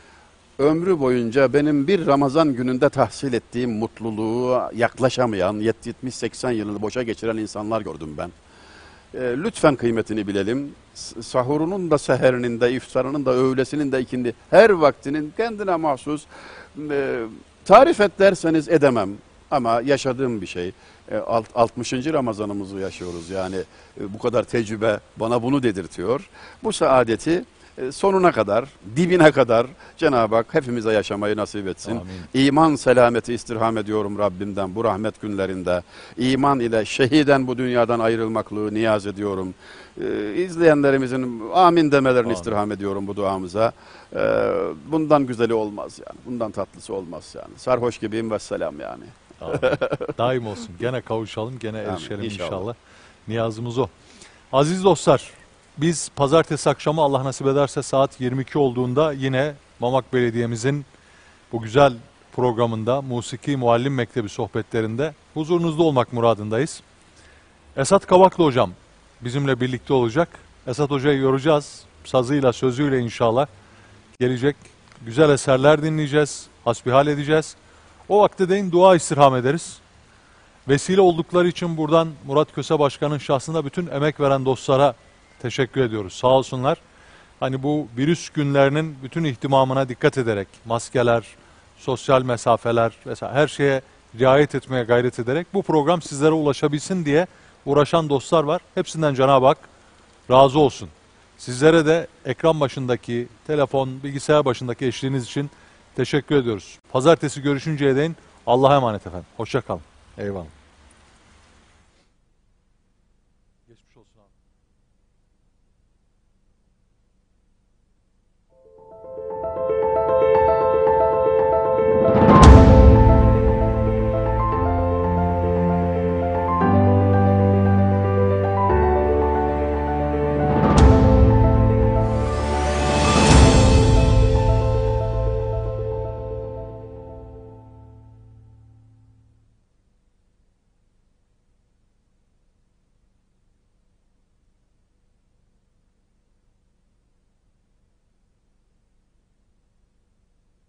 Ömrü boyunca benim bir Ramazan gününde tahsil ettiğim mutluluğu yaklaşamayan, yetmiş seksen yılını boşa geçiren insanlar gördüm ben. E, lütfen kıymetini bilelim. S- Sahurunun da seherinin de, iftarının da, öğlesinin de, ikindi, her vaktinin kendine mahsus. E, tarif et derseniz edemem ama yaşadığım bir şey. E, alt- altmışıncı Ramazanımızı yaşıyoruz yani e, bu kadar tecrübe bana bunu dedirtiyor. Bu saadeti e, sonuna kadar, dibine kadar Cenab-ı Hak hepimize yaşamayı nasip etsin. Amin. İman selameti istirham ediyorum Rabbimden bu rahmet günlerinde. İman ile şehiden bu dünyadan ayrılmaklığı niyaz ediyorum. Ee, izleyenlerimizin amin demelerini Amin. istirham ediyorum bu duamıza. Ee, bundan güzeli olmaz yani. Bundan tatlısı olmaz yani. Sarhoş gibiyim ve selam yani. Amin. Daim olsun. Gene kavuşalım, gene Amin. erişelim inşallah. İnşallah. Niyazımız o. Aziz dostlar, biz pazartesi akşamı Allah nasip ederse saat yirmi iki olduğunda yine Mamak Belediye'mizin bu güzel programında Musiki Muallim Mektebi sohbetlerinde huzurunuzda olmak muradındayız. Esat Kavaklı hocam bizimle birlikte olacak. Esat hocayı yoracağız. Sazıyla, sözüyle inşallah gelecek güzel eserler dinleyeceğiz, hasbihal edeceğiz. O vakte değin dua istirham ederiz. Vesile oldukları için buradan Murat Köse Başkan'ın şahsında bütün emek veren dostlara teşekkür ediyoruz. Sağ olsunlar. Hani bu virüs günlerinin bütün ihtimamına dikkat ederek maskeler, sosyal mesafeler vesaire her şeye riayet etmeye gayret ederek bu program sizlere ulaşabilsin diye uğraşan dostlar var. Hepsinden Cenab-ı Hak razı olsun. Sizlere de ekran başındaki, telefon, bilgisayar başındaki eşliğiniz için teşekkür ediyoruz. Pazartesi görüşünceye değin Allah'a emanet efendim. Hoşça kalın. Eyvallah.